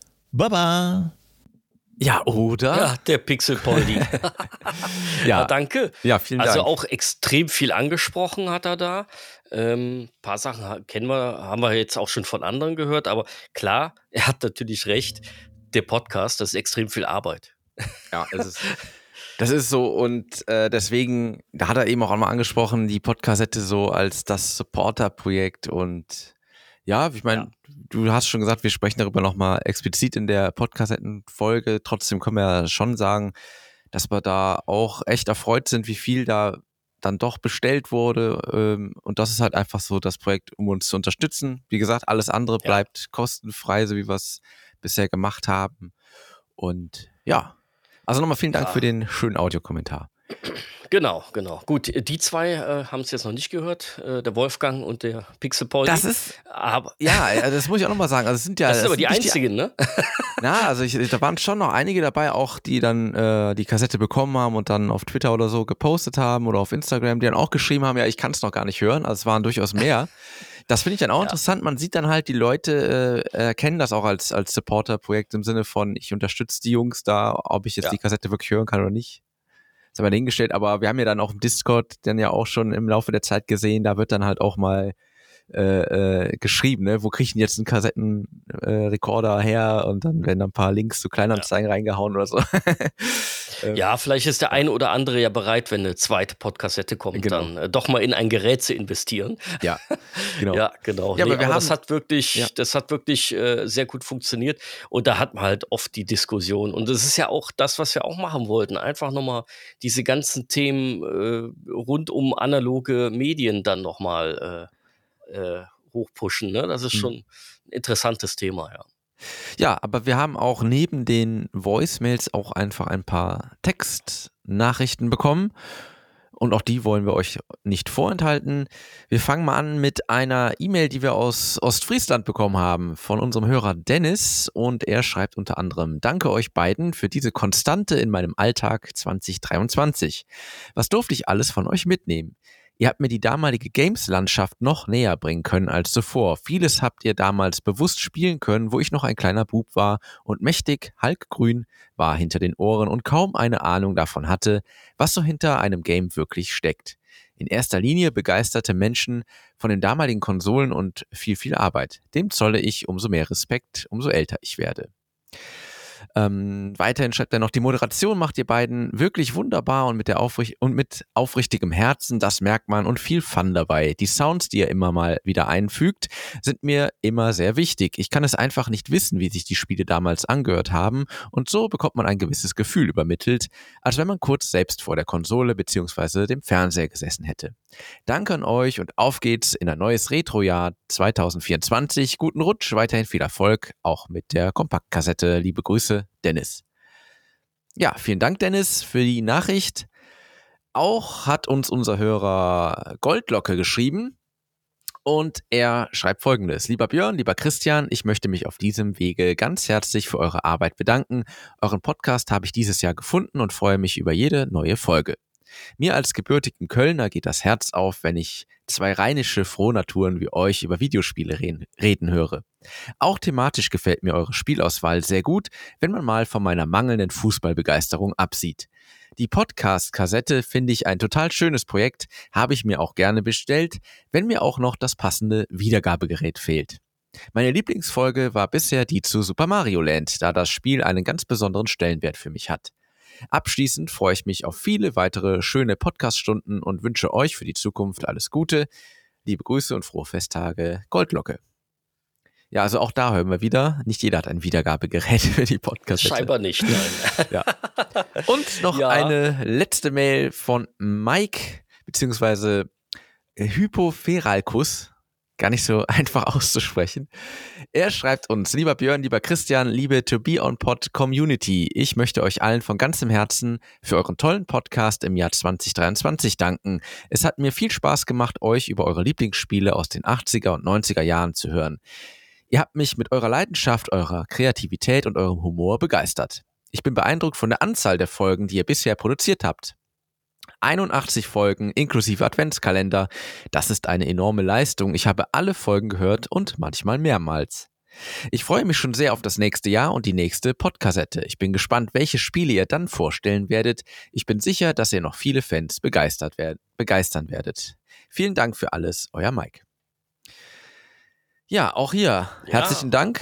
Baba! Ja, oder? Ja, der Pixelpoldi. Ja, danke. Ja, vielen Dank. Also auch extrem viel angesprochen hat er da. Paar Sachen haben wir jetzt auch schon von anderen gehört, aber klar, er hat natürlich recht. Der Podcast, das ist extrem viel Arbeit. Ja, das ist so und deswegen, da hat er eben auch einmal angesprochen, die Podcassette so als das Supporter-Projekt und ja, ich meine, du hast schon gesagt, wir sprechen darüber nochmal explizit in der Podcastetten-Folge, trotzdem können wir ja schon sagen, dass wir da auch echt erfreut sind, wie viel da dann doch bestellt wurde und das ist halt einfach so das Projekt, um uns zu unterstützen. Wie gesagt, alles andere bleibt kostenfrei, so wie wir es bisher gemacht haben und ja, also nochmal vielen Dank für den schönen Audiokommentar. Genau. Gut, die zwei haben es jetzt noch nicht gehört, der Wolfgang und der Pixelpoldi. Das ist, aber ja, das muss ich auch nochmal sagen. Also es sind ja, das sind aber die nicht einzigen, ne? Na, also da waren schon noch einige dabei, auch die dann die Kassette bekommen haben und dann auf Twitter oder so gepostet haben oder auf Instagram, die dann auch geschrieben haben, ja, ich kann es noch gar nicht hören. Also es waren durchaus mehr. Das finde ich dann auch interessant. Man sieht dann halt, die Leute erkennen das auch als Supporter-Projekt im Sinne von, ich unterstütze die Jungs da, ob ich jetzt die Kassette wirklich hören kann oder nicht. Das haben wir dahingestellt, aber wir haben ja dann auch im Discord dann ja auch schon im Laufe der Zeit gesehen, da wird dann halt auch mal geschrieben, ne? Wo kriege ich denn jetzt einen Kassettenrekorder her? Und dann werden da ein paar Links zu Kleinanzeigen reingehauen oder so. Ja, vielleicht ist der eine oder andere ja bereit, wenn eine zweite Podcassette kommt, dann doch mal in ein Gerät zu investieren. Ja, genau. Ja, genau. Ja, aber das hat wirklich sehr gut funktioniert. Und da hat man halt oft die Diskussion. Und das ist ja auch das, was wir auch machen wollten. Einfach nochmal diese ganzen Themen rund um analoge Medien dann nochmal hochpushen. Ne? Das ist schon ein interessantes Thema, ja. Ja, aber wir haben auch neben den Voicemails auch einfach ein paar Textnachrichten bekommen und auch die wollen wir euch nicht vorenthalten. Wir fangen mal an mit einer E-Mail, die wir aus Ostfriesland bekommen haben von unserem Hörer Dennis und er schreibt unter anderem: Danke euch beiden für diese Konstante in meinem Alltag 2023. Was durfte ich alles von euch mitnehmen? Ihr habt mir die damalige Games-Landschaft noch näher bringen können als zuvor. Vieles habt ihr damals bewusst spielen können, wo ich noch ein kleiner Bub war und mächtig, halkgrün war hinter den Ohren und kaum eine Ahnung davon hatte, was so hinter einem Game wirklich steckt. In erster Linie begeisterte Menschen von den damaligen Konsolen und viel Arbeit. Dem zolle ich umso mehr Respekt, umso älter ich werde. Weiterhin schreibt er noch: Die Moderation macht ihr beiden wirklich wunderbar und mit aufrichtigem Herzen, das merkt man, und viel Fun dabei. Die Sounds, die ihr immer mal wieder einfügt, sind mir immer sehr wichtig. Ich kann es einfach nicht wissen, wie sich die Spiele damals angehört haben und so bekommt man ein gewisses Gefühl übermittelt, als wenn man kurz selbst vor der Konsole bzw. dem Fernseher gesessen hätte. Danke an euch und auf geht's in ein neues Retro-Jahr 2024. Guten Rutsch, weiterhin viel Erfolg, auch mit der Kompaktkassette. Liebe Grüße, Dennis. Ja, vielen Dank, Dennis, für die Nachricht. Auch hat uns unser Hörer Goldlocke geschrieben und er schreibt Folgendes: Lieber Björn, lieber Christian, ich möchte mich auf diesem Wege ganz herzlich für eure Arbeit bedanken. Euren Podcast habe ich dieses Jahr gefunden und freue mich über jede neue Folge. Mir als gebürtigen Kölner geht das Herz auf, wenn ich zwei rheinische Frohnaturen wie euch über Videospiele reden höre. Auch thematisch gefällt mir eure Spielauswahl sehr gut, wenn man mal von meiner mangelnden Fußballbegeisterung absieht. Die Podcast-Kassette finde ich ein total schönes Projekt, habe ich mir auch gerne bestellt, wenn mir auch noch das passende Wiedergabegerät fehlt. Meine Lieblingsfolge war bisher die zu Super Mario Land, da das Spiel einen ganz besonderen Stellenwert für mich hat. Abschließend freue ich mich auf viele weitere schöne Podcast-Stunden und wünsche euch für die Zukunft alles Gute. Liebe Grüße und frohe Festtage, Goldlocke. Ja, also auch da hören wir wieder, nicht jeder hat ein Wiedergabegerät für die Podcast. Scheinbar nicht, nein. Ja. Und noch eine letzte Mail von Mike, beziehungsweise Hypoferalkus. Gar nicht so einfach auszusprechen. Er schreibt uns: Lieber Björn, lieber Christian, liebe To Be On Pod Community, ich möchte euch allen von ganzem Herzen für euren tollen Podcast im Jahr 2023 danken. Es hat mir viel Spaß gemacht, euch über eure Lieblingsspiele aus den 80er und 90er Jahren zu hören. Ihr habt mich mit eurer Leidenschaft, eurer Kreativität und eurem Humor begeistert. Ich bin beeindruckt von der Anzahl der Folgen, die ihr bisher produziert habt. 81 Folgen inklusive Adventskalender. Das ist eine enorme Leistung. Ich habe alle Folgen gehört und manchmal mehrmals. Ich freue mich schon sehr auf das nächste Jahr und die nächste Podkassette. Ich bin gespannt, welche Spiele ihr dann vorstellen werdet. Ich bin sicher, dass ihr noch viele Fans begeistern werdet. Vielen Dank für alles, euer Mike. Ja, auch hier herzlichen Dank.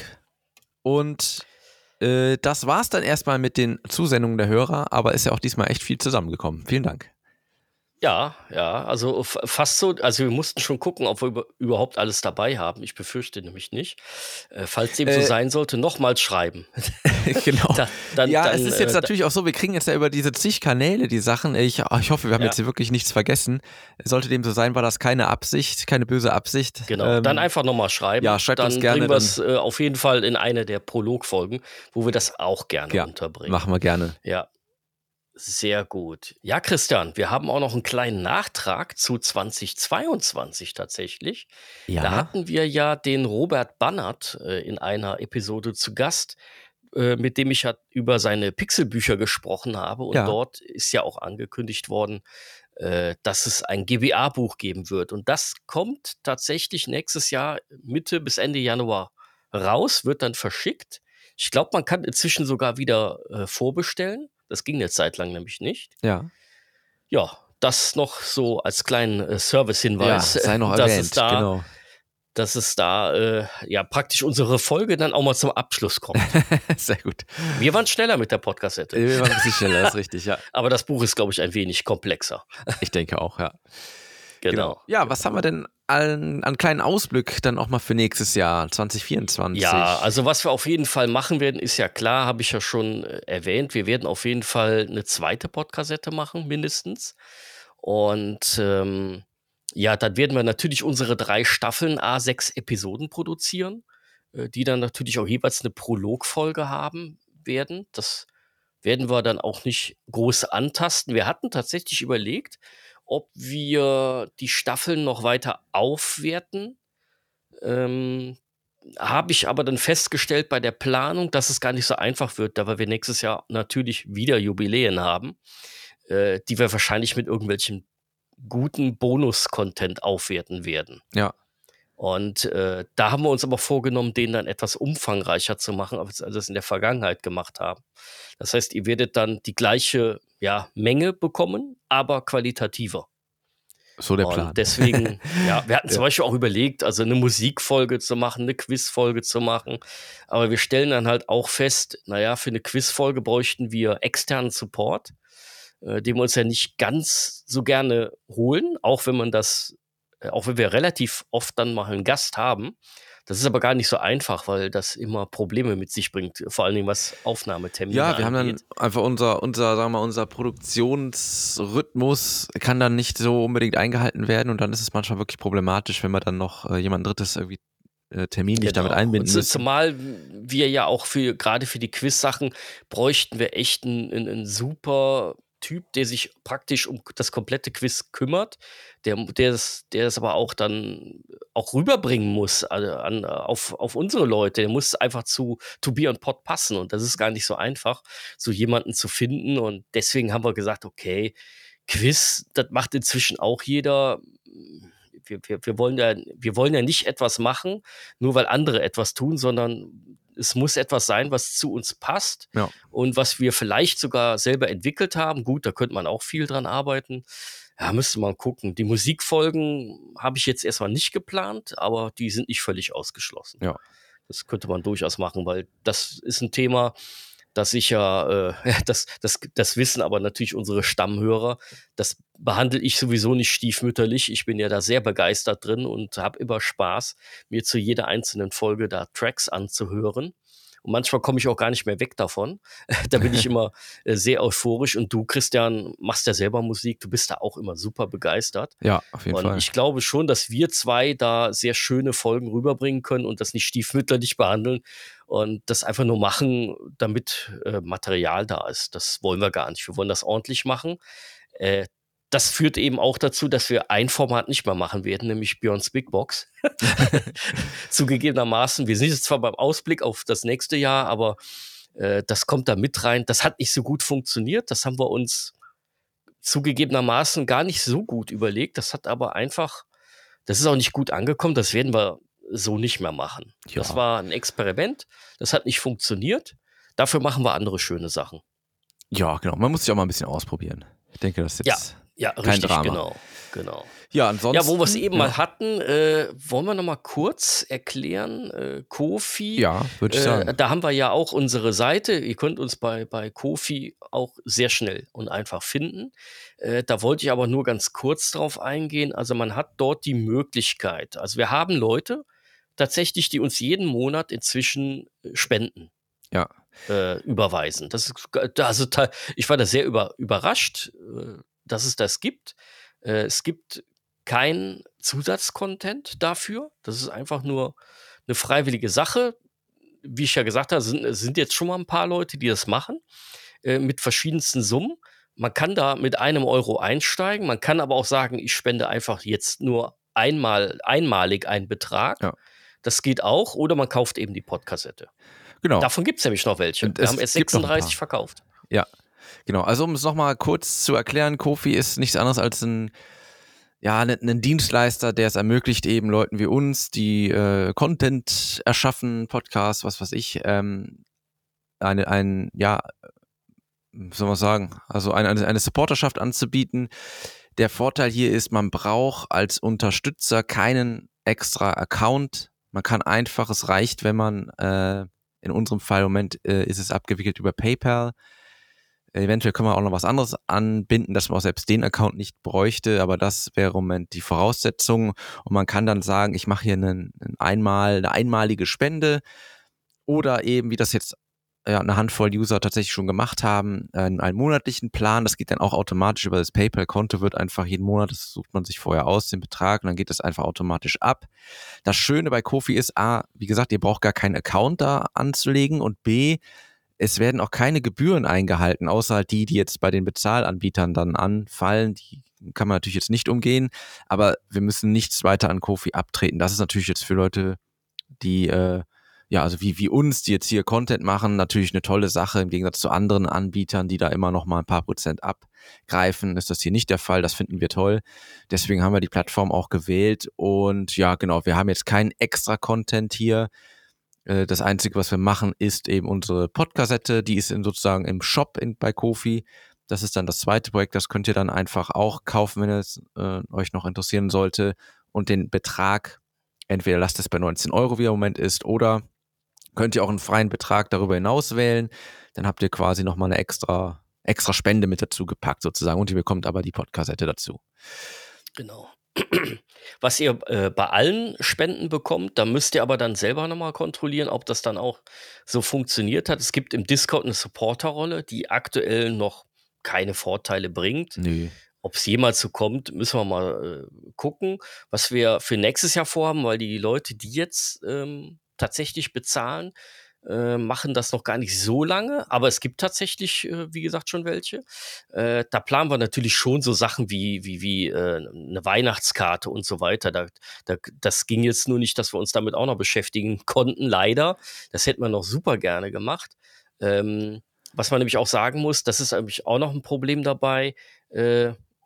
Und das war's dann erstmal mit den Zusendungen der Hörer, aber ist ja auch diesmal echt viel zusammengekommen. Vielen Dank. Ja, also fast so, also wir mussten schon gucken, ob wir überhaupt alles dabei haben. Ich befürchte nämlich nicht. Falls dem so sein sollte, nochmals schreiben. Genau. Es ist jetzt natürlich auch so, wir kriegen jetzt ja über diese zig Kanäle die Sachen. Ich hoffe, wir haben jetzt hier wirklich nichts vergessen. Sollte dem so sein, war das keine Absicht, keine böse Absicht. Genau, dann einfach nochmal schreiben. Ja, schreibt dann uns gerne. Dann bringen wir es auf jeden Fall in eine der Prologfolgen, wo wir das auch gerne unterbringen. Machen wir gerne. Ja. Sehr gut. Ja, Christian, wir haben auch noch einen kleinen Nachtrag zu 2022 tatsächlich. Ja. Da hatten wir ja den Robert Bannert in einer Episode zu Gast, mit dem ich über seine Pixelbücher gesprochen habe. Und dort ist ja auch angekündigt worden, dass es ein GBA-Buch geben wird. Und das kommt tatsächlich nächstes Jahr Mitte bis Ende Januar raus, wird dann verschickt. Ich glaube, man kann inzwischen sogar wieder vorbestellen. Das ging eine Zeit lang nämlich nicht. Ja. Ja, das noch so als kleinen Service-Hinweis. Ja, sei noch erwähnt, genau. Dass es da praktisch unsere Folge dann auch mal zum Abschluss kommt. Sehr gut. Wir waren schneller mit der Podcast-Sette. Wir waren ein bisschen schneller, das ist richtig, ja. Aber das Buch ist, glaube ich, ein wenig komplexer. Ich denke auch, ja. Genau. Ja, was haben wir denn an kleinen Ausblick dann auch mal für nächstes Jahr, 2024? Ja, also was wir auf jeden Fall machen werden, ist ja klar, habe ich ja schon erwähnt, wir werden auf jeden Fall eine zweite Podcast-Kassette machen, mindestens. Und dann werden wir natürlich unsere 3 Staffeln, 6 Episoden produzieren, die dann natürlich auch jeweils eine Prologfolge haben werden. Das werden wir dann auch nicht groß antasten. Wir hatten tatsächlich überlegt, ob wir die Staffeln noch weiter aufwerten. Habe ich aber dann festgestellt bei der Planung, dass es gar nicht so einfach wird, da wir nächstes Jahr natürlich wieder Jubiläen haben, die wir wahrscheinlich mit irgendwelchen guten Bonus-Content aufwerten werden. Ja. Und da haben wir uns aber vorgenommen, den dann etwas umfangreicher zu machen, als wir das in der Vergangenheit gemacht haben. Das heißt, ihr werdet dann die gleiche Menge bekommen, aber qualitativer. So der Plan. Und deswegen, wir hatten zum Beispiel auch überlegt, also eine Musikfolge zu machen, eine Quizfolge zu machen. Aber wir stellen dann halt auch fest, für eine Quizfolge bräuchten wir externen Support, den wir uns ja nicht ganz so gerne holen, auch wenn wir relativ oft dann mal einen Gast haben. Das ist aber gar nicht so einfach, weil das immer Probleme mit sich bringt, vor allen Dingen was Aufnahmetermine angeht. Ja, wir haben dann einfach unser Produktionsrhythmus kann dann nicht so unbedingt eingehalten werden und dann ist es manchmal wirklich problematisch, wenn wir dann noch jemand Drittes irgendwie terminlich damit einbinden müssen. Zumal wir ja auch gerade für die Quiz-Sachen bräuchten wir echt einen super Typ, der sich praktisch um das komplette Quiz kümmert, der das aber auch dann auch rüberbringen muss auf unsere Leute. Der muss einfach zu To Be On Pod passen und das ist gar nicht so einfach, so jemanden zu finden und deswegen haben wir gesagt, okay, Quiz, das macht inzwischen auch jeder. Wir wollen ja nicht etwas machen, nur weil andere etwas tun, sondern es muss etwas sein, was zu uns passt Ja. und was wir vielleicht sogar selber entwickelt haben. Gut, da könnte man auch viel dran arbeiten. Ja, müsste man gucken. Die Musikfolgen habe ich jetzt erstmal nicht geplant, aber die sind nicht völlig ausgeschlossen. Ja. Das könnte man durchaus machen, weil das ist ein Thema, das sicher, das wissen aber natürlich unsere Stammhörer. Das behandle ich sowieso nicht stiefmütterlich. Ich bin ja da sehr begeistert drin und habe immer Spaß, mir zu jeder einzelnen Folge da Tracks anzuhören. Und manchmal komme ich auch gar nicht mehr weg davon. Da bin ich immer sehr euphorisch. Und du, Christian, machst ja selber Musik. Du bist da auch immer super begeistert. Ja, auf jeden Und Fall. ich glaube schon, dass wir zwei da sehr schöne Folgen rüberbringen können und das nicht stiefmütterlich behandeln und das einfach nur machen, damit Material da ist. Das wollen wir gar nicht. Wir wollen das ordentlich machen. Das führt eben auch dazu, dass wir ein Format nicht mehr machen werden, nämlich Björns Big Box. Zugegebenermaßen, wir sind jetzt zwar beim Ausblick auf das nächste Jahr, aber das kommt da mit rein. Das hat nicht so gut funktioniert. Das haben wir uns zugegebenermaßen gar nicht so gut überlegt. Das hat aber einfach, das ist auch nicht gut angekommen. Das werden wir so nicht mehr machen. Ja. Das war ein Experiment. Das hat nicht funktioniert. Dafür machen wir andere schöne Sachen. Ja, genau. Man muss sich auch mal ein bisschen ausprobieren. Ich denke, das ist jetzt Ja, kein richtig, Drama. genau. Ja, ansonsten. Ja, wo wir es eben mal hatten, wollen wir noch mal kurz erklären, Ko-fi. Ja, würde ich sagen. Da haben wir ja auch unsere Seite. Ihr könnt uns bei Ko-fi auch sehr schnell und einfach finden. Da wollte ich aber nur ganz kurz drauf eingehen. Also man hat dort die Möglichkeit. Also wir haben Leute tatsächlich, die uns jeden Monat inzwischen Spenden Ja. überweisen. Das ist, also ich war da sehr überrascht, dass es das gibt. Es gibt kein Zusatzcontent dafür. Das ist einfach nur eine freiwillige Sache. Wie ich ja gesagt habe, sind jetzt schon mal ein paar Leute, die das machen, mit verschiedensten Summen. Man kann da mit 1 Euro einsteigen. Man kann aber auch sagen, ich spende einfach jetzt nur einmalig einen Betrag. Ja. Das geht auch. Oder man kauft eben die Podkassette. Genau. Davon gibt es nämlich noch welche. Und Wir es haben erst gibt noch ein 36 paar. verkauft. Ja, genau. Also um es nochmal kurz zu erklären, Ko-fi ist nichts anderes als ein Dienstleister, der es ermöglicht, eben Leuten wie uns, die Content erschaffen, Podcasts, was weiß ich, wie soll man sagen, also eine Supporterschaft anzubieten. Der Vorteil hier ist, man braucht als Unterstützer keinen extra Account. Man kann einfach, es reicht, wenn man, in unserem Fall im Moment ist es abgewickelt über PayPal. Eventuell können wir auch noch was anderes anbinden, dass man auch selbst den Account nicht bräuchte, aber das wäre im Moment die Voraussetzung. Und man kann dann sagen, ich mache hier eine einmalige Spende oder eben, wie das jetzt eine Handvoll User tatsächlich schon gemacht haben, einen monatlichen Plan. Das geht dann auch automatisch über das PayPal-Konto, wird einfach jeden Monat, das sucht man sich vorher aus, den Betrag, und dann geht das einfach automatisch ab. Das Schöne bei Ko-fi ist, A, wie gesagt, ihr braucht gar keinen Account da anzulegen, und B, es werden auch keine Gebühren eingehalten, außer halt die jetzt bei den Bezahlanbietern dann anfallen. Die kann man natürlich jetzt nicht umgehen, aber wir müssen nichts weiter an Ko-fi abtreten. Das ist natürlich jetzt für Leute, die also wie uns, die jetzt hier Content machen, natürlich eine tolle Sache. Im Gegensatz zu anderen Anbietern, die da immer noch mal ein paar Prozent abgreifen, ist das hier nicht der Fall. Das finden wir toll. Deswegen haben wir die Plattform auch gewählt. Und ja, genau, wir haben jetzt keinen extra Content hier. Das Einzige, was wir machen, ist eben unsere Podkassette. Die ist sozusagen im Shop bei Ko-fi. Das ist dann das zweite Projekt. Das könnt ihr dann einfach auch kaufen, wenn es euch noch interessieren sollte. Und den Betrag, entweder lasst es bei 19 Euro, wie er im Moment ist, oder könnt ihr auch einen freien Betrag darüber hinaus wählen. Dann habt ihr quasi nochmal eine extra Spende mit dazu gepackt sozusagen, und ihr bekommt aber die Podkassette dazu. Genau. Was ihr bei allen Spenden bekommt, da müsst ihr aber dann selber nochmal kontrollieren, ob das dann auch so funktioniert hat. Es gibt im Discord eine Supporterrolle, die aktuell noch keine Vorteile bringt. Nö. Ob es jemals so kommt, müssen wir mal gucken. Was wir für nächstes Jahr vorhaben, weil die Leute, die jetzt tatsächlich bezahlen, machen das noch gar nicht so lange, aber es gibt tatsächlich, wie gesagt, schon welche. Da planen wir natürlich schon so Sachen wie eine Weihnachtskarte und so weiter. Das ging jetzt nur nicht, dass wir uns damit auch noch beschäftigen konnten, leider. Das hätten wir noch super gerne gemacht. Was man nämlich auch sagen muss, das ist nämlich auch noch ein Problem dabei.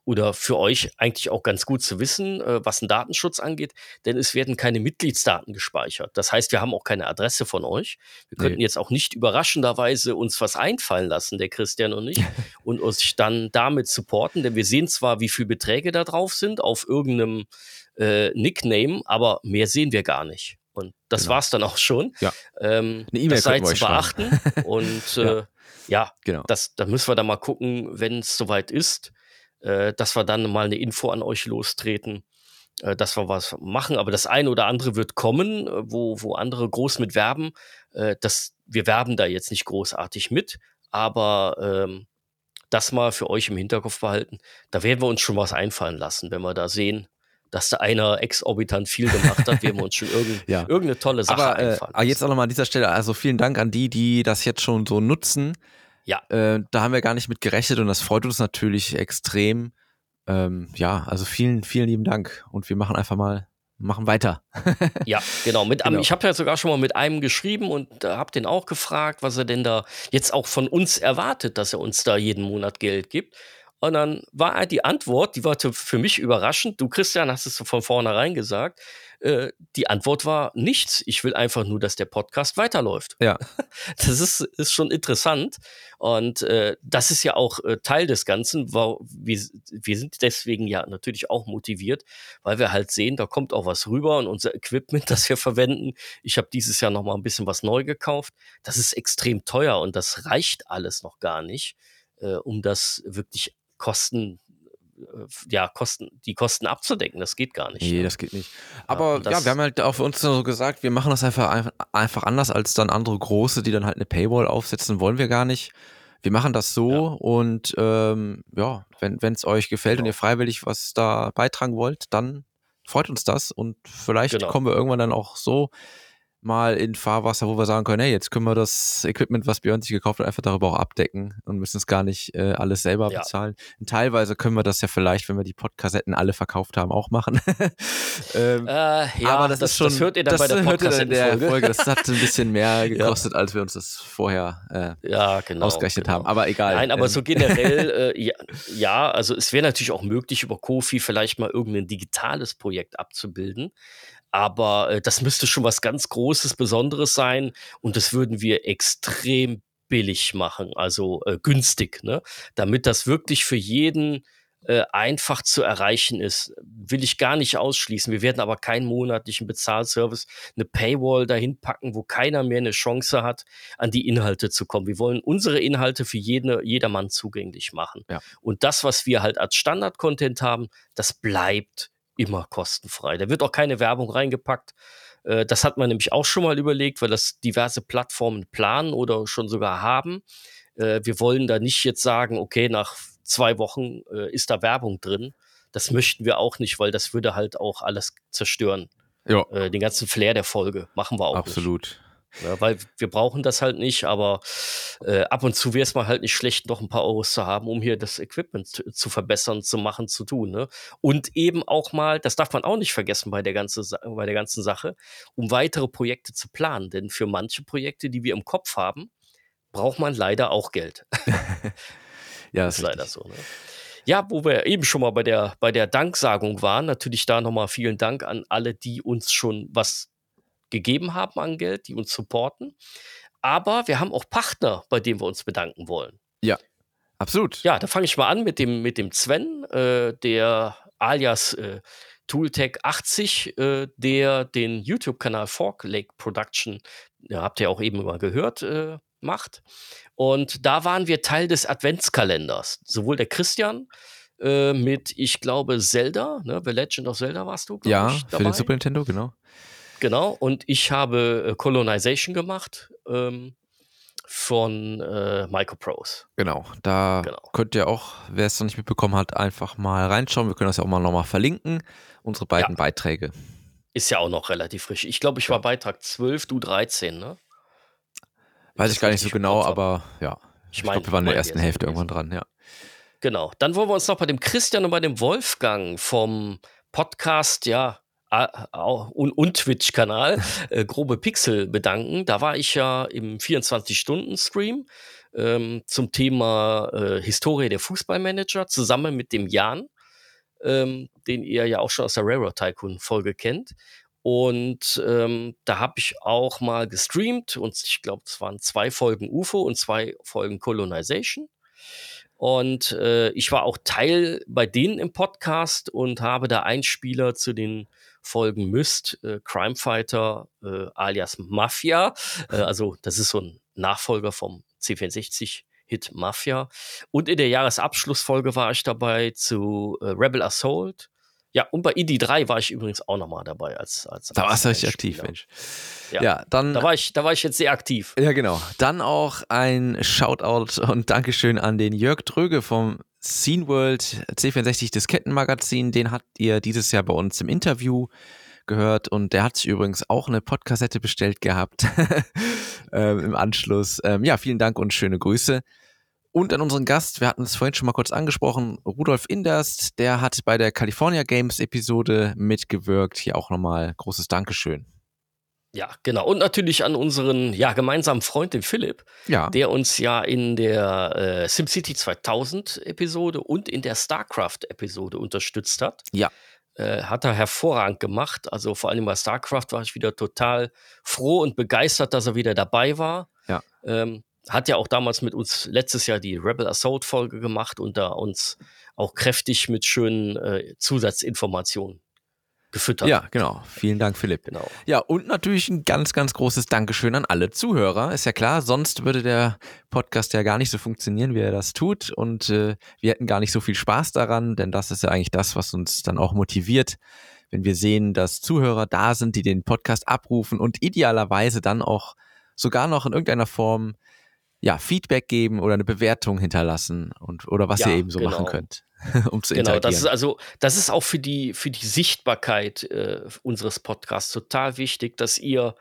oder für euch eigentlich auch ganz gut zu wissen, was den Datenschutz angeht, denn es werden keine Mitgliedsdaten gespeichert. Das heißt, wir haben auch keine Adresse von euch. Wir könnten jetzt auch nicht überraschenderweise uns was einfallen lassen, der Christian und ich, und uns dann damit supporten, denn wir sehen zwar, wie viele Beträge da drauf sind auf irgendeinem Nickname, aber mehr sehen wir gar nicht. Und das Genau. war's dann auch schon. Ja. Eine E-Mail das sei könnten wir zu euch schreiben. beachten. Und Genau. da müssen wir dann mal gucken, wenn es soweit ist, dass wir dann mal eine Info an euch lostreten, dass wir was machen. Aber das eine oder andere wird kommen, wo andere groß mit werben. Wir werben da jetzt nicht großartig mit, aber das mal für euch im Hinterkopf behalten. Da werden wir uns schon was einfallen lassen, wenn wir da sehen, dass da einer exorbitant viel gemacht hat, werden wir uns schon Ja. irgendeine tolle Sache einfallen Aber jetzt auch nochmal an dieser Stelle, also vielen Dank an die das jetzt schon so nutzen. Ja. Da haben wir gar nicht mit gerechnet und das freut uns natürlich extrem. Also vielen, vielen lieben Dank und wir machen weiter. Ja, genau. Genau. Ich habe ja sogar schon mal mit einem geschrieben und habe den auch gefragt, was er denn da jetzt auch von uns erwartet, dass er uns da jeden Monat Geld gibt. Und dann war die Antwort, die war für mich überraschend. Du, Christian, hast es von vornherein gesagt. Die Antwort war nichts. Ich will einfach nur, dass der Podcast weiterläuft. Ja. Das ist schon interessant. Und das ist ja auch Teil des Ganzen. Wir sind deswegen ja natürlich auch motiviert, weil wir halt sehen, da kommt auch was rüber und unser Equipment, das wir verwenden. Ich habe dieses Jahr noch mal ein bisschen was neu gekauft. Das ist extrem teuer und das reicht alles noch gar nicht, um das wirklich die Kosten abzudecken. Das geht gar nicht. Nee, ne? das geht nicht. Aber wir haben halt auch für uns so gesagt, wir machen das einfach anders als dann andere Große, die dann halt eine Paywall aufsetzen, wollen wir gar nicht. Wir machen das so und wenn es euch gefällt und ihr freiwillig was da beitragen wollt, dann freut uns das und vielleicht kommen wir irgendwann dann auch so mal in Fahrwasser, wo wir sagen können, hey, jetzt können wir das Equipment, was Björn sich gekauft hat, einfach darüber auch abdecken und müssen es gar nicht alles selber bezahlen. Und teilweise können wir das ja vielleicht, wenn wir die Podkassetten alle verkauft haben, auch machen. Aber das hört ihr dann bei der Podcast-Folge. Das hat ein bisschen mehr gekostet, als wir uns das vorher ausgerechnet haben. Aber egal. Nein, aber so generell, also es wäre natürlich auch möglich, über Ko-fi vielleicht mal irgendein digitales Projekt abzubilden. Aber das müsste schon was ganz Großes, Besonderes sein und das würden wir extrem billig machen, also günstig, ne? Damit das wirklich für jeden einfach zu erreichen ist, will ich gar nicht ausschließen. Wir werden aber keinen monatlichen Bezahlservice, eine Paywall dahin packen, wo keiner mehr eine Chance hat, an die Inhalte zu kommen. Wir wollen unsere Inhalte für jedermann zugänglich machen. Ja. Und das, was wir halt als Standard-Content haben, das bleibt immer kostenfrei. Da wird auch keine Werbung reingepackt. Das hat man nämlich auch schon mal überlegt, weil das diverse Plattformen planen oder schon sogar haben. Wir wollen da nicht jetzt sagen, okay, nach 2 Wochen ist da Werbung drin. Das möchten wir auch nicht, weil das würde halt auch alles zerstören. Ja. Den ganzen Flair der Folge machen wir auch nicht. Absolut. Ja, weil wir brauchen das halt nicht, aber ab und zu wäre es mal halt nicht schlecht, noch ein paar Euros zu haben, um hier das Equipment zu verbessern, zu machen, zu tun. Ne? Und eben auch mal, das darf man auch nicht vergessen bei der ganzen Sache, um weitere Projekte zu planen. Denn für manche Projekte, die wir im Kopf haben, braucht man leider auch Geld. Ja, das ist leider so. Ne? Ja, wo wir eben schon mal bei der Danksagung waren, natürlich da nochmal vielen Dank an alle, die uns schon was gegeben haben an Geld, die uns supporten. Aber wir haben auch Partner, bei denen wir uns bedanken wollen. Ja, absolut. Ja, da fange ich mal an mit dem Sven, der alias Tooltech80, der den YouTube-Kanal Fork Lake Production, habt ihr auch eben mal gehört, macht. Und da waren wir Teil des Adventskalenders. Sowohl der Christian mit, ich glaube, Zelda, ne? The Legend of Zelda warst du, glaube ich, dabei. Für den Super Nintendo, genau. Genau, und ich habe Colonization gemacht von Microprose. Genau, da könnt ihr auch, wer es noch nicht mitbekommen hat, einfach mal reinschauen. Wir können das ja auch mal nochmal verlinken, unsere beiden Beiträge. Ist ja auch noch relativ frisch. Ich glaube, ich war Beitrag 12, du 13, ne? Weiß ich gar nicht so genau, aber ja. Ich glaube, wir waren in der ersten Hälfte irgendwann dran, ja. Genau, dann wollen wir uns noch bei dem Christian und bei dem Wolfgang vom Podcast, und Twitch-Kanal Grobe Pixel bedanken. Da war ich ja im 24-Stunden-Stream zum Thema Historie der Fußballmanager zusammen mit dem Jan, den ihr ja auch schon aus der Railroad Tycoon-Folge kennt. Und da habe ich auch mal gestreamt und ich glaube, es waren 2 Folgen UFO und 2 Folgen Colonization. Und ich war auch Teil bei denen im Podcast und habe da Einspieler zu den Folgen Myst, Crime Fighter alias Mafia. Also das ist so ein Nachfolger vom C64-Hit Mafia. Und in der Jahresabschlussfolge war ich dabei zu Rebel Assault. Ja, und bei ID3 war ich übrigens auch nochmal dabei als Da warst du richtig Einspieler. aktiv, Mensch. Ja, dann. Da war ich jetzt sehr aktiv. Ja, genau. Dann auch ein Shoutout und Dankeschön an den Jörg Dröge vom Scene World C64 Diskettenmagazin. Den habt ihr dieses Jahr bei uns im Interview gehört und der hat sich übrigens auch eine Podkassette bestellt gehabt im Anschluss. Ja, vielen Dank und schöne Grüße. Und an unseren Gast, wir hatten es vorhin schon mal kurz angesprochen, Rudolf Inderst, der hat bei der California Games Episode mitgewirkt. Hier auch nochmal großes Dankeschön. Ja, genau. Und natürlich an unseren gemeinsamen Freund, den Philipp, der uns ja in der SimCity 2000 Episode und in der StarCraft Episode unterstützt hat. Ja. Hat er hervorragend gemacht. Also vor allem bei StarCraft war ich wieder total froh und begeistert, dass er wieder dabei war. Ja. Hat ja auch damals mit uns letztes Jahr die Rebel Assault Folge gemacht und da uns auch kräftig mit schönen Zusatzinformationen gefüttert. Ja, genau. Vielen Dank, Philipp. Genau. Ja, und natürlich ein ganz, ganz großes Dankeschön an alle Zuhörer. Ist ja klar, sonst würde der Podcast ja gar nicht so funktionieren, wie er das tut. Und wir hätten gar nicht so viel Spaß daran, denn das ist ja eigentlich das, was uns dann auch motiviert, wenn wir sehen, dass Zuhörer da sind, die den Podcast abrufen und idealerweise dann auch sogar noch in irgendeiner Form Feedback geben oder eine Bewertung hinterlassen oder was ihr eben so machen könnt, um zu interagieren. Das ist auch für die Sichtbarkeit unseres Podcasts total wichtig, dass ihr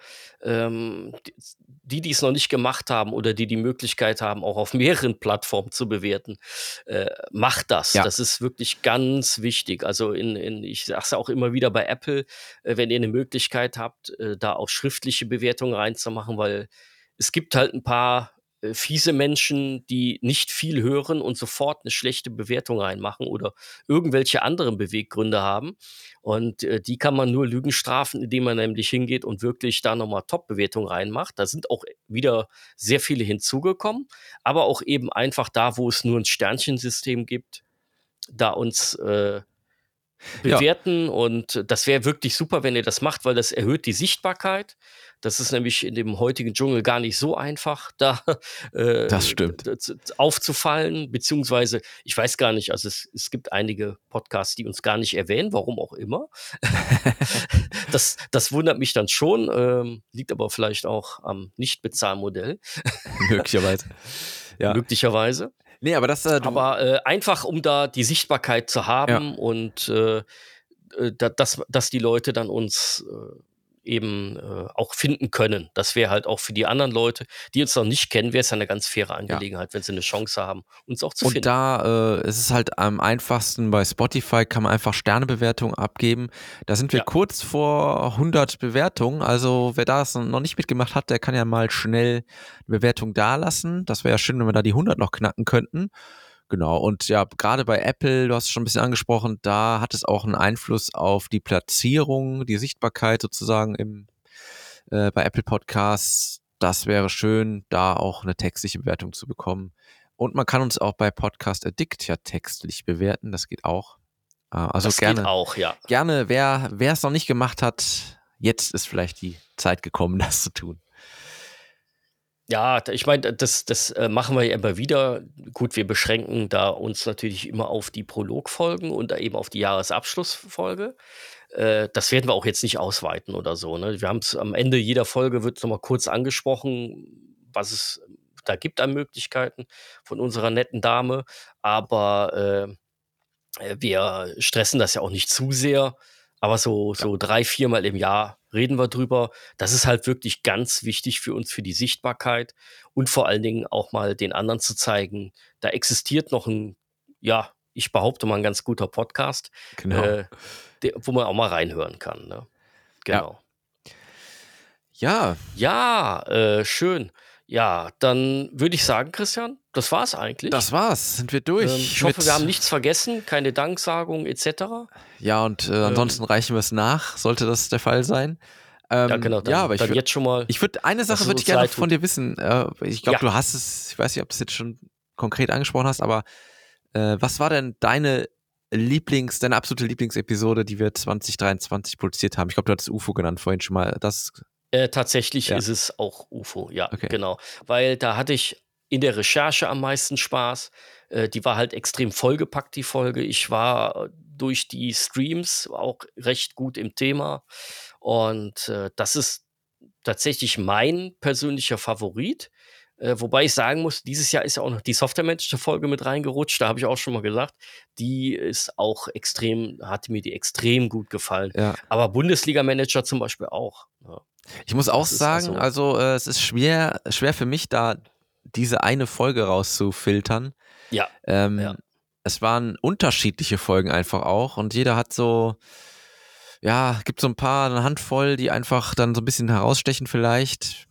die es noch nicht gemacht haben oder die Möglichkeit haben, auch auf mehreren Plattformen zu bewerten, macht das. Ja. Das ist wirklich ganz wichtig. Also ich sage es ja auch immer wieder bei Apple, wenn ihr eine Möglichkeit habt, da auch schriftliche Bewertungen reinzumachen, weil es gibt halt ein paar fiese Menschen, die nicht viel hören und sofort eine schlechte Bewertung reinmachen oder irgendwelche anderen Beweggründe haben. Und die kann man nur Lügen strafen, indem man nämlich hingeht und wirklich da nochmal Top-Bewertungen reinmacht. Da sind auch wieder sehr viele hinzugekommen, aber auch eben einfach da, wo es nur ein Sternchensystem gibt, da uns bewerten. Und das wäre wirklich super, wenn ihr das macht, weil das erhöht die Sichtbarkeit. Das ist nämlich in dem heutigen Dschungel gar nicht so einfach, da das stimmt. Aufzufallen, beziehungsweise, ich weiß gar nicht, also es gibt einige Podcasts, die uns gar nicht erwähnen, warum auch immer. Das wundert mich dann schon, liegt aber vielleicht auch am Nicht-Bezahlmodell. Möglicherweise. Ja. Möglicherweise. Nee, aber das aber einfach, um da die Sichtbarkeit zu haben und dass die Leute dann uns eben auch finden können. Das wäre halt auch für die anderen Leute, die uns noch nicht kennen, wäre es eine ganz faire Angelegenheit, wenn sie eine Chance haben, uns auch zu finden. Und da ist es halt am einfachsten, bei Spotify kann man einfach Sternebewertungen abgeben. Da sind wir kurz vor 100 Bewertungen, also wer das noch nicht mitgemacht hat, der kann ja mal schnell eine Bewertung dalassen. Das wäre ja schön, wenn wir da die 100 noch knacken könnten. Genau, und ja, gerade bei Apple, du hast es schon ein bisschen angesprochen, da hat es auch einen Einfluss auf die Platzierung, die Sichtbarkeit sozusagen bei Apple Podcasts. Das wäre schön, da auch eine textliche Bewertung zu bekommen. Und man kann uns auch bei Podcast Addict ja textlich bewerten, das geht auch. Also das gerne, geht auch, ja. Gerne, wer es noch nicht gemacht hat, jetzt ist vielleicht die Zeit gekommen, das zu tun. Ja, ich meine, das machen wir ja immer wieder. Gut, wir beschränken da uns natürlich immer auf die Prologfolgen und eben auf die Jahresabschlussfolge. Das werden wir auch jetzt nicht ausweiten oder so. Ne? Wir haben es am Ende jeder Folge, wird nochmal kurz angesprochen, was es da gibt an Möglichkeiten von unserer netten Dame. Aber wir stressen das ja auch nicht zu sehr. Aber so 3-4 Mal im Jahr reden wir drüber. Das ist halt wirklich ganz wichtig für uns, für die Sichtbarkeit und vor allen Dingen auch mal den anderen zu zeigen, da existiert noch ich behaupte mal, ein ganz guter Podcast, genau. Wo man auch mal reinhören kann. Ne? Genau. Ja. Ja, schön. Ja, dann würde ich sagen, Christian, das war's eigentlich. Das war's, sind wir durch. Ich hoffe, wir haben nichts vergessen, keine Danksagung etc. Ja, und ansonsten reichen wir es nach, sollte das der Fall sein. Ja, genau, dann, aber dann jetzt schon mal. Eine Sache es würde ich uns gerne leid von tut. dir wissen. Ich glaube, Ja. du hast es, ich weiß nicht, ob du es jetzt schon konkret angesprochen hast, aber was war denn deine absolute Lieblingsepisode, die wir 2023 produziert haben? Ich glaube, du hattest UFO genannt vorhin schon mal. Tatsächlich Ja. ist es auch UFO, ja, Okay. genau. Weil da hatte ich in der Recherche am meisten Spaß. Die war halt extrem vollgepackt, die Folge. Ich war durch die Streams auch recht gut im Thema. Und das ist tatsächlich mein persönlicher Favorit. Wobei ich sagen muss, dieses Jahr ist ja auch noch die Software-Manager-Folge mit reingerutscht. Da habe ich auch schon mal gesagt, die ist auch hat mir die extrem gut gefallen. Ja. Aber Bundesliga-Manager zum Beispiel auch. Ja. Ich muss auch Das ist sagen, es ist schwer für mich, da diese eine Folge rauszufiltern. Ja. Es waren unterschiedliche Folgen einfach auch und jeder hat gibt so eine Handvoll, die einfach dann so ein bisschen herausstechen vielleicht.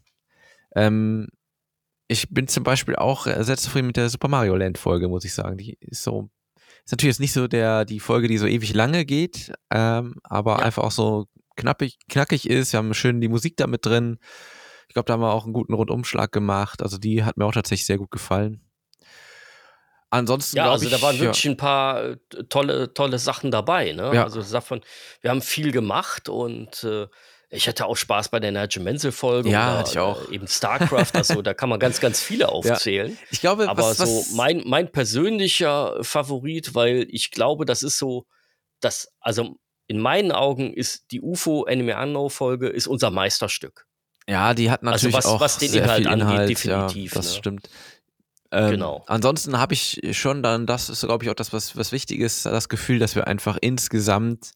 Ich bin zum Beispiel auch sehr zufrieden mit der Super Mario Land Folge, muss ich sagen. Die ist natürlich jetzt nicht so die Folge, die so ewig lange geht, aber einfach auch so knackig ist. Wir haben schön die Musik da mit drin. Ich glaube, da haben wir auch einen guten Rundumschlag gemacht. Also die hat mir auch tatsächlich sehr gut gefallen. Ansonsten da waren wirklich ein paar tolle Sachen dabei. Ne? Ja. Also wir haben viel gemacht und ich hatte auch Spaß bei der Nigel Mansell-Folge. Ja, hatte ich auch. Eben StarCraft, also da kann man ganz, ganz viele aufzählen. Ja. Ich glaube, aber mein persönlicher Favorit, weil ich glaube, das ist so, also in meinen Augen ist die UFO Anime Unknown-Folge ist unser Meisterstück. Ja, die hat natürlich auch was den sehr Inhalt viel angeht, Inhalt, definitiv. Ja, das ne? stimmt. Genau. Ansonsten habe ich schon dann, das ist, glaube ich, auch das, was wichtig ist, das Gefühl, dass wir einfach insgesamt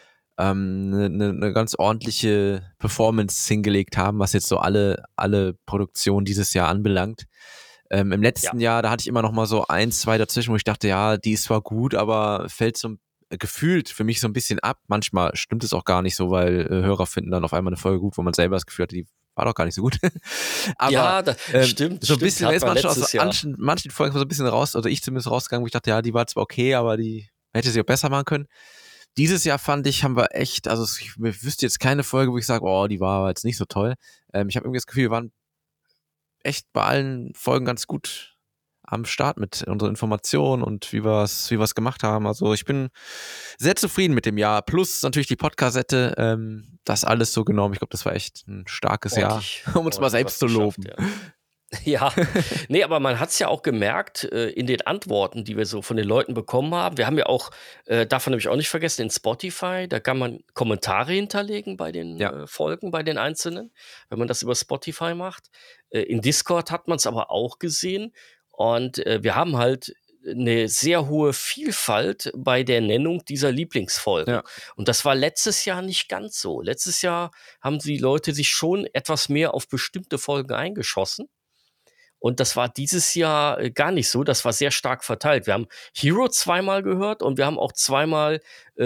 eine ganz ordentliche Performance hingelegt haben, was jetzt so alle Produktionen dieses Jahr anbelangt. Im letzten Jahr, da hatte ich immer noch mal so 1, 2 dazwischen, wo ich dachte, ja, die ist zwar gut, aber fällt so gefühlt für mich so ein bisschen ab. Manchmal stimmt es auch gar nicht so, weil Hörer finden dann auf einmal eine Folge gut, wo man selber das Gefühl hatte, die war doch gar nicht so gut. Aber ja, das stimmt. So ein bisschen, da ist manchmal aus Jahr. manchen Folgen so ein bisschen raus, oder ich zumindest rausgegangen, wo ich dachte, ja, die war zwar okay, aber die hätte sie auch besser machen können. Dieses Jahr fand ich, haben wir echt, also ich wüsste jetzt keine Folge, wo ich sage, oh, die war jetzt nicht so toll. Ich habe irgendwie das Gefühl, wir waren echt bei allen Folgen ganz gut am Start mit unseren Informationen und wie wir es gemacht haben. Also ich bin sehr zufrieden mit dem Jahr. Plus natürlich die Podcast-Sette, das alles so genommen. Ich glaube, das war echt ein starkes Jahr, um uns mal selbst zu loben. Ja, nee, aber man hat es ja auch gemerkt in den Antworten, die wir so von den Leuten bekommen haben. Wir haben ja auch, davon habe ich auch nicht vergessen, in Spotify, da kann man Kommentare hinterlegen bei den Folgen, bei den einzelnen, wenn man das über Spotify macht. In Discord hat man es aber auch gesehen. Und wir haben halt eine sehr hohe Vielfalt bei der Nennung dieser Lieblingsfolgen. Ja. Und das war letztes Jahr nicht ganz so. Letztes Jahr haben die Leute sich schon etwas mehr auf bestimmte Folgen eingeschossen. Und das war dieses Jahr gar nicht so. Das war sehr stark verteilt. Wir haben Hero zweimal gehört und wir haben auch zweimal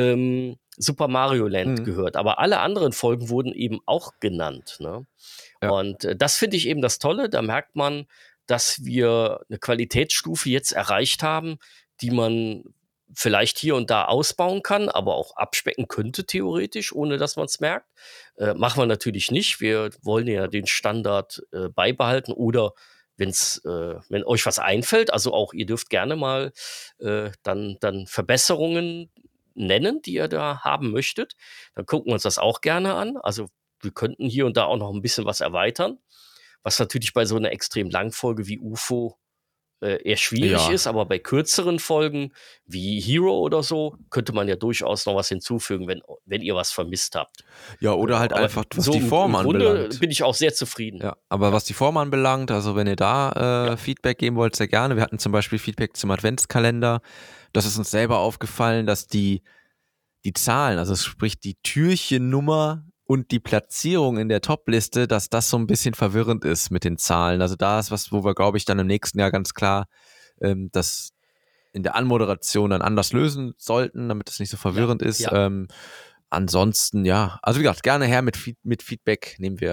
Super Mario Land gehört. Aber alle anderen Folgen wurden eben auch genannt. Ne? Ja. Und das finde ich eben das Tolle. Da merkt man, dass wir eine Qualitätsstufe jetzt erreicht haben, die man vielleicht hier und da ausbauen kann, aber auch abspecken könnte theoretisch, ohne dass man es merkt. Machen wir natürlich nicht. Wir wollen ja den Standard beibehalten oder wenn euch was einfällt, also auch ihr dürft gerne mal dann Verbesserungen nennen, die ihr da haben möchtet. Dann gucken wir uns das auch gerne an. Also wir könnten hier und da auch noch ein bisschen was erweitern. Was natürlich bei so einer extrem langen Folge wie UFO eher schwierig ist, aber bei kürzeren Folgen wie Hero oder so könnte man ja durchaus noch was hinzufügen, wenn ihr was vermisst habt. Ja, oder halt einfach, was so die Form anbelangt. Bin ich auch sehr zufrieden. Ja, aber was die Form anbelangt, also wenn ihr da Feedback geben wollt, sehr gerne. Wir hatten zum Beispiel Feedback zum Adventskalender. Das ist uns selber aufgefallen, dass die Zahlen, also sprich die Türchennummer und die Platzierung in der Top-Liste, dass das so ein bisschen verwirrend ist mit den Zahlen. Also da ist was, wo wir, glaube ich, dann im nächsten Jahr ganz klar das in der Anmoderation dann anders lösen sollten, damit es nicht so verwirrend ist. Ansonsten, also wie gesagt, gerne her mit Feedback, nehmen wir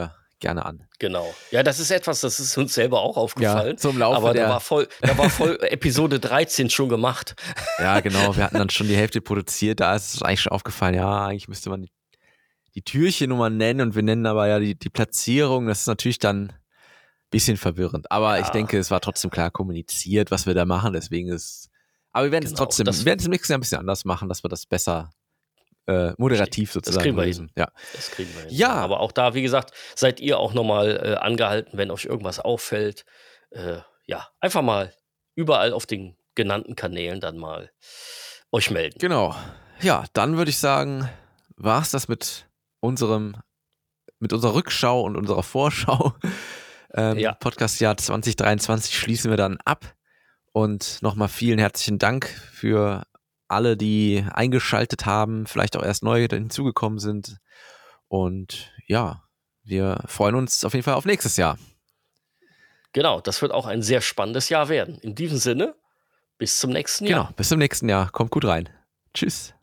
gerne an. Genau. Ja, das ist uns selber auch aufgefallen. Ja, so im Laufe aber da war voll Episode 13 schon gemacht. Ja, genau. Wir hatten dann schon die Hälfte produziert. Da ist es eigentlich schon aufgefallen, ja, eigentlich müsste man die Türchennummer nennen und wir nennen aber ja die Platzierung. Das ist natürlich dann ein bisschen verwirrend. Aber ich denke, es war trotzdem klar kommuniziert, was wir da machen. Deswegen aber wir werden es trotzdem, wir werden es im nächsten Jahr ein bisschen anders machen, dass wir das besser moderativ sozusagen lösen. Das kriegen wir hin. Ja. Aber auch da, wie gesagt, seid ihr auch nochmal angehalten, wenn euch irgendwas auffällt. Einfach mal überall auf den genannten Kanälen dann mal euch melden. Genau. Ja, dann würde ich sagen, war es das mit unserer Rückschau und unserer Vorschau. Podcast-Jahr 2023 schließen wir dann ab. Und nochmal vielen herzlichen Dank für alle, die eingeschaltet haben, vielleicht auch erst neu hinzugekommen sind. Und ja, wir freuen uns auf jeden Fall auf nächstes Jahr. Genau, das wird auch ein sehr spannendes Jahr werden. In diesem Sinne, bis zum nächsten Jahr. Genau, bis zum nächsten Jahr. Kommt gut rein. Tschüss.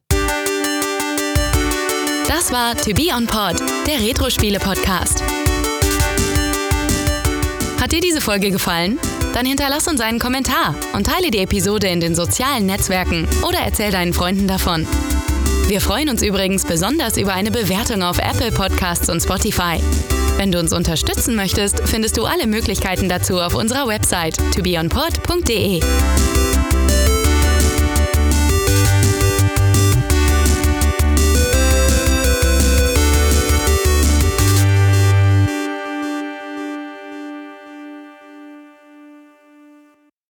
Das war To Be On Pod, der Retro-Spiele-Podcast. Hat dir diese Folge gefallen? Dann hinterlass uns einen Kommentar und teile die Episode in den sozialen Netzwerken oder erzähl deinen Freunden davon. Wir freuen uns übrigens besonders über eine Bewertung auf Apple Podcasts und Spotify. Wenn du uns unterstützen möchtest, findest du alle Möglichkeiten dazu auf unserer Website tobeonpod.de.